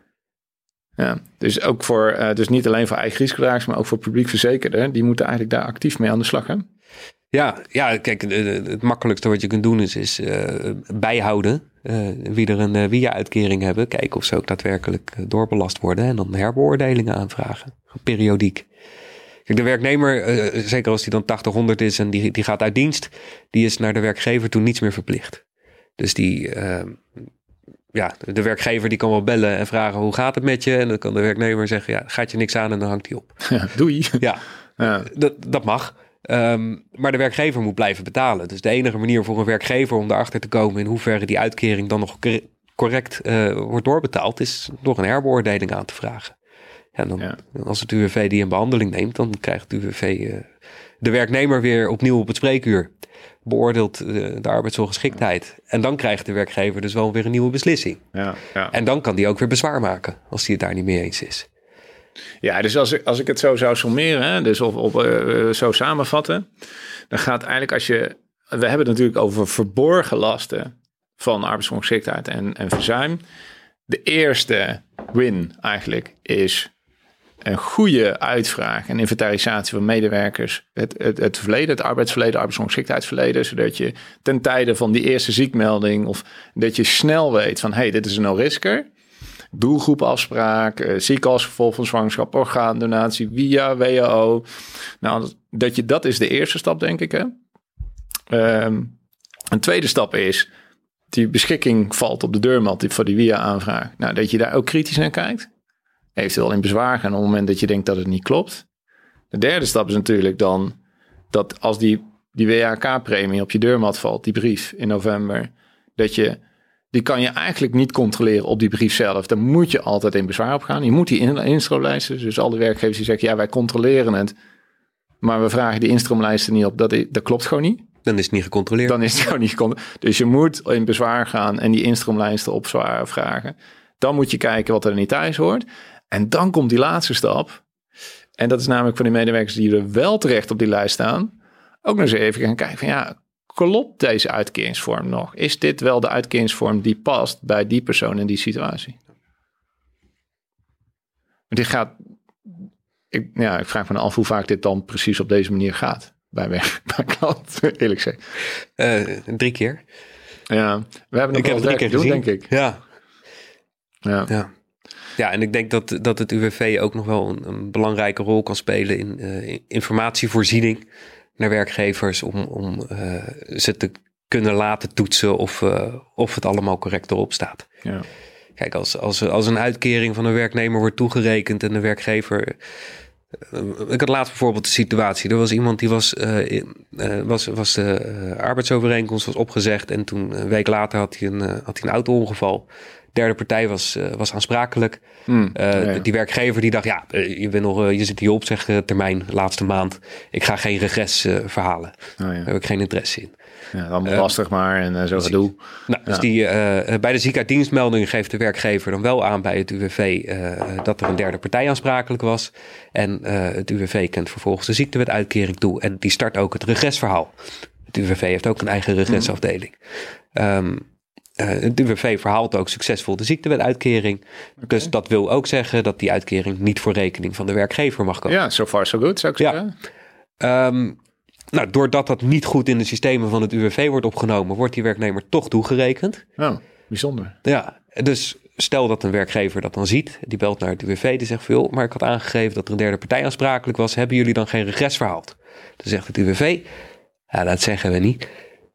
Ja, dus ook voor, uh, dus niet alleen voor eigen risicodragers, maar ook voor publiek verzekerden. Die moeten eigenlijk daar actief mee aan de slag, hè? Ja, ja, kijk, het makkelijkste wat je kunt doen is, is uh, bijhouden uh, wie er een uh, W I A-uitkering hebben. Kijken of ze ook daadwerkelijk uh, doorbelast worden en dan herbeoordelingen aanvragen, periodiek. Kijk, de werknemer, uh, zeker als die dan tachtig, honderd is en die, die gaat uit dienst, die is naar de werkgever toe niets meer verplicht. Dus die, uh, ja, de werkgever die kan wel bellen en vragen hoe gaat het met je? En dan kan de werknemer zeggen, ja, gaat je niks aan en dan hangt hij op. Ja, doei. Ja, ja. Dat, dat mag. Um, maar de werkgever moet blijven betalen. Dus de enige manier voor een werkgever om erachter te komen in hoeverre die uitkering dan nog correct uh, wordt doorbetaald, is door een herbeoordeling aan te vragen. Ja, dan, ja. Als het U W V die in behandeling neemt, dan krijgt het U W V uh, de werknemer weer opnieuw op het spreekuur. Beoordeelt uh, de arbeidsongeschiktheid. En dan krijgt de werkgever dus wel weer een nieuwe beslissing. Ja, ja. En dan kan die ook weer bezwaar maken als hij het daar niet mee eens is. Ja, dus als ik, als ik het zo zou sommeren, hè, dus of, of uh, zo samenvatten, dan gaat eigenlijk als je, we hebben het natuurlijk over verborgen lasten van arbeidsongeschiktheid en, en verzuim. De eerste win eigenlijk is een goede uitvraag en inventarisatie van medewerkers, het, het, het verleden, het arbeidsverleden, arbeidsongeschiktheidsverleden, zodat je ten tijde van die eerste ziekmelding of dat je snel weet van, hey, dit is een no-risker. Doelgroepafspraak, uh, zieken als gevolg van zwangerschap, orgaandonatie, W I A, W H O. Nou, dat, je, dat is de eerste stap, denk ik. Hè? Um, een tweede stap is, die beschikking valt op de deurmat voor die W I A-aanvraag. Nou, dat je daar ook kritisch naar kijkt. Eventueel in bezwaar gaan op het moment dat je denkt dat het niet klopt. De derde stap is natuurlijk dan dat als die, die W H K-premie op je deurmat valt, die brief in november, dat je... Die kan je eigenlijk niet controleren op die brief zelf. Daar moet je altijd in bezwaar op gaan. Je moet die instroomlijsten. Dus al die werkgevers die zeggen, ja, wij controleren het. Maar we vragen die instroomlijsten niet op. Dat, dat klopt gewoon niet. Dan is het niet gecontroleerd. Dan is het gewoon niet gecontroleerd. Dus je moet in bezwaar gaan en die instroomlijsten op zwaar vragen. Dan moet je kijken wat er niet thuis hoort. En dan komt die laatste stap. En dat is namelijk van die medewerkers die er wel terecht op die lijst staan. Ook nog eens even gaan kijken van ja... Klopt deze uitkeringsvorm nog? Is dit wel de uitkeringsvorm die past bij die persoon in die situatie? Dit gaat... Ik, ja, ik vraag me af hoe vaak dit dan precies op deze manier gaat. Bij, bij klanten, eerlijk gezegd. Uh, drie keer. Ja, we hebben nog wel werk te doen, denk ik. Ja. Ja. Ja. Ja, en ik denk dat, dat het U W V ook nog wel een, een belangrijke rol kan spelen in uh, informatievoorziening naar werkgevers om, om uh, ze te kunnen laten toetsen of, uh, of het allemaal correct erop staat. Ja. Kijk, als, als, als een uitkering van een werknemer wordt toegerekend en de werkgever... Uh, ik had laatst bijvoorbeeld de situatie. Er was iemand die was, uh, uh, was, was de uh, arbeidsovereenkomst was opgezegd en toen een week later had hij een, uh, had hij een auto-ongeval. Derde partij was, uh, was aansprakelijk. Hmm, uh, ja, ja. Die werkgever die dacht, ja, uh, je, bent nog, uh, je zit hier op zeg uh, termijn, laatste maand. Ik ga geen regres uh, verhalen. Oh, ja. Daar heb ik geen interesse in. Ja, allemaal uh, lastig maar en uh, zo gedoe. Nou, ja. Dus die, uh, bij de ziekenuitdienstmelding geeft de werkgever dan wel aan bij het U W V uh, dat er een derde partij aansprakelijk was. En uh, het U W V kent vervolgens de ziektewetuitkering toe. En die start ook het regresverhaal. Het U W V heeft ook een eigen regresafdeling. Hmm. Um, Uh, het U W V verhaalt ook succesvol de ziektewetuitkering. Okay. Dus dat wil ook zeggen dat die uitkering niet voor rekening van de werkgever mag komen. Ja, so far so good, zou ik zeggen. Ja. Um, nou, doordat dat niet goed in de systemen van het U W V wordt opgenomen, wordt die werknemer toch toegerekend. Oh, bijzonder. Ja, dus stel dat een werkgever dat dan ziet, die belt naar het U W V, die zegt van, joh, maar ik had aangegeven dat er een derde partij aansprakelijk was, hebben jullie dan geen regres verhaald? Dan zegt het U W V, ja, dat zeggen we niet.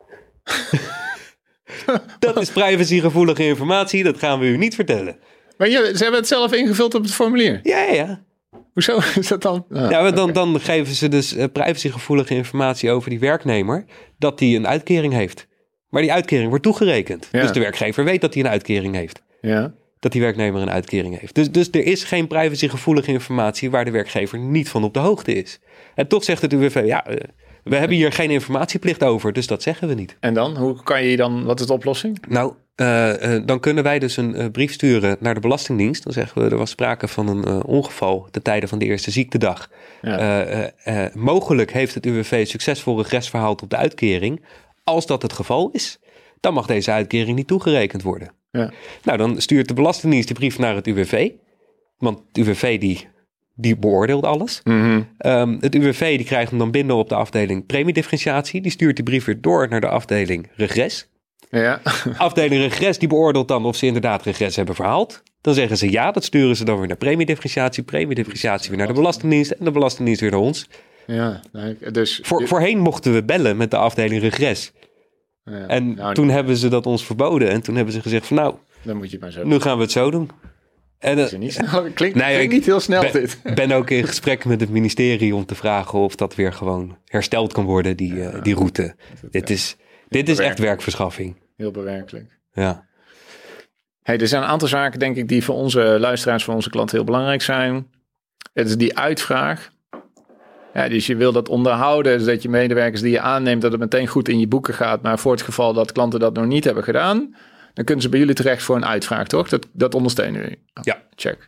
Dat is privacygevoelige informatie, dat gaan we u niet vertellen. Maar je, ze hebben het zelf ingevuld op het formulier? Ja, ja, ja. Hoezo is dat dan? Oh, ja, maar dan, okay. dan geven ze dus uh, privacygevoelige informatie over die werknemer, dat die een uitkering heeft. Maar die uitkering wordt toegerekend. Ja. Dus de werkgever weet dat hij een uitkering heeft. Ja. Dat die werknemer een uitkering heeft. Dus, dus er is geen privacygevoelige informatie waar de werkgever niet van op de hoogte is. En toch zegt het U W V, ja, uh, we hebben hier geen informatieplicht over, dus dat zeggen we niet. En dan? Hoe kan je dan, wat is de oplossing? Nou, uh, uh, dan kunnen wij dus een uh, brief sturen naar de Belastingdienst. Dan zeggen we, er was sprake van een uh, ongeval ten tijde van de eerste ziektedag. Ja. Uh, uh, uh, mogelijk heeft het U W V succesvol regres verhaald op de uitkering. Als dat het geval is, dan mag deze uitkering niet toegerekend worden. Ja. Nou, dan stuurt de Belastingdienst die brief naar het U W V. Want het U W V die, die beoordeelt alles. Mm-hmm. Um, het U W V die krijgt hem dan binnen op de afdeling premiedifferentiatie. Die stuurt die brief weer door naar de afdeling regres. Ja. Afdeling regres die beoordeelt dan of ze inderdaad regres hebben verhaald. Dan zeggen ze ja, dat sturen ze dan weer naar premiedifferentiatie. Premiedifferentiatie weer naar de Belastingdienst. En de Belastingdienst weer naar ons. Ja, dus... Voor, voorheen mochten we bellen met de afdeling regres. Ja, en nou, toen hebben ze dat ons verboden. En toen hebben ze gezegd van nou, dan moet je maar zo nu gaan we het zo doen. En, uh, niet snel, klinkt, nee, klinkt niet heel snel ben, dit. Ik ben ook in gesprek met het ministerie om te vragen of dat weer gewoon hersteld kan worden, die, ja, uh, die route. Dat, dit ja. is, dit is echt werkverschaffing. Heel bewerkelijk. Ja. Hey, er zijn een aantal zaken denk ik die voor onze luisteraars, voor onze klanten heel belangrijk zijn. Het is die uitvraag. Ja, dus je wil dat onderhouden, dus dat je medewerkers die je aanneemt, dat het meteen goed in je boeken gaat. Maar voor het geval dat klanten dat nog niet hebben gedaan, dan kunnen ze bij jullie terecht voor een uitvraag, toch? Dat, dat ondersteunen jullie. Oh, ja. Check.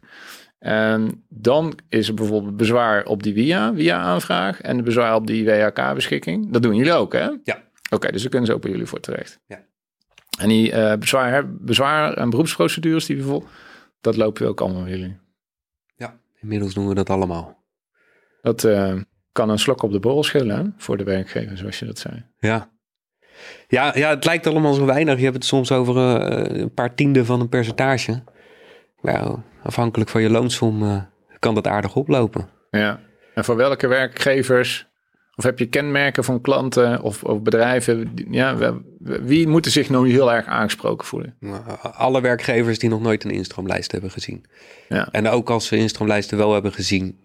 En dan is er bijvoorbeeld bezwaar op die W I A, W I A-aanvraag en de bezwaar op die W H K-beschikking. Dat doen jullie ook, hè? Ja. Oké, okay, dus daar kunnen ze ook bij jullie voor terecht. Ja. En die uh, bezwaar, bezwaar en beroepsprocedures, die bijvoorbeeld, dat lopen we ook allemaal bij jullie. Ja, inmiddels doen we dat allemaal. Dat... Uh, kan een slok op de borrel schillen, hè? Voor de werkgever, zoals je dat zei. Ja. Ja, ja, het lijkt allemaal zo weinig. Je hebt het soms over uh, een paar tienden van een percentage. Nou, afhankelijk van je loonsom uh, kan dat aardig oplopen. Ja, en voor welke werkgevers, of heb je kenmerken van klanten of, of bedrijven, ja, wie moeten zich nou heel erg aangesproken voelen? Alle werkgevers die nog nooit een instroomlijst hebben gezien. Ja. En ook als ze instroomlijsten wel hebben gezien,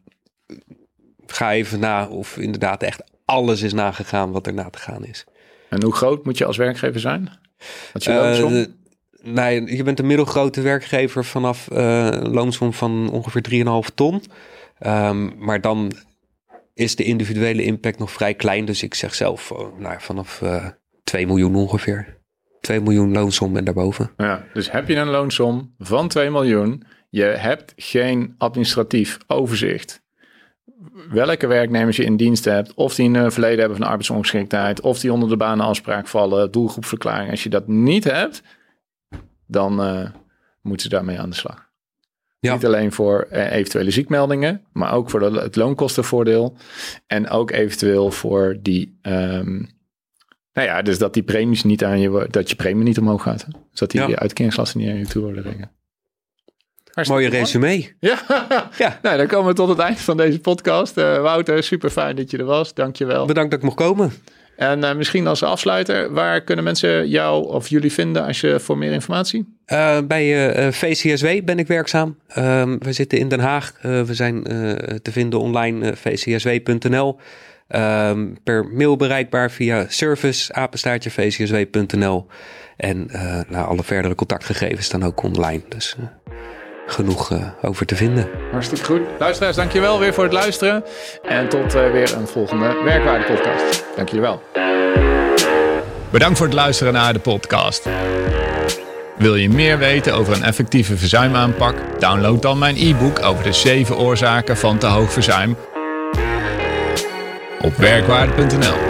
ga even na of inderdaad echt alles is nagegaan wat er na te gaan is. En hoe groot moet je als werkgever zijn? Wat je loonsom? Uh, nee, je bent een middelgrote werkgever vanaf uh, een loonsom van ongeveer drie komma vijf ton. Um, maar dan is de individuele impact nog vrij klein. Dus ik zeg zelf uh, nou, vanaf uh, twee miljoen ongeveer. twee miljoen loonsom en daarboven. Ja, dus heb je een loonsom van twee miljoen. Je hebt geen administratief overzicht. Welke werknemers je in dienst hebt, of die een verleden hebben van arbeidsongeschiktheid, of die onder de banenafspraak vallen, doelgroepverklaring. Als je dat niet hebt, dan uh, moeten ze daarmee aan de slag. Ja. Niet alleen voor uh, eventuele ziekmeldingen, maar ook voor de, het loonkostenvoordeel. En ook eventueel voor die, um, nou ja, dus dat die premies niet aan je, dat je premie niet omhoog gaat. Hè? Dus dat die ja. uitkeringslasten niet aan je toe worden rekenen. Mooie resume. Ja, ja. Nou, dan komen we tot het eind van deze podcast. Uh, Wouter, super fijn dat je er was. Dank je wel. Bedankt dat ik mocht komen. En uh, misschien als afsluiter, waar kunnen mensen jou of jullie vinden als je voor meer informatie? Uh, bij uh, V C S W ben ik werkzaam. Uh, we zitten in Den Haag. Uh, we zijn uh, te vinden online uh, v c s w punt n l. Uh, per mail bereikbaar via service apenstaartje v c s w punt n l. En uh, nou, alle verdere contactgegevens staan ook online. Dus uh, genoeg uh, over te vinden. Hartstikke goed. Luisteraars, dankjewel weer voor het luisteren. En tot uh, weer een volgende Werkwaarde podcast. Dank jullie wel. Bedankt voor het luisteren naar de podcast. Wil je meer weten over een effectieve verzuimaanpak? Download dan mijn e-book over de zeven oorzaken van te hoog verzuim op werkwaarde punt n l.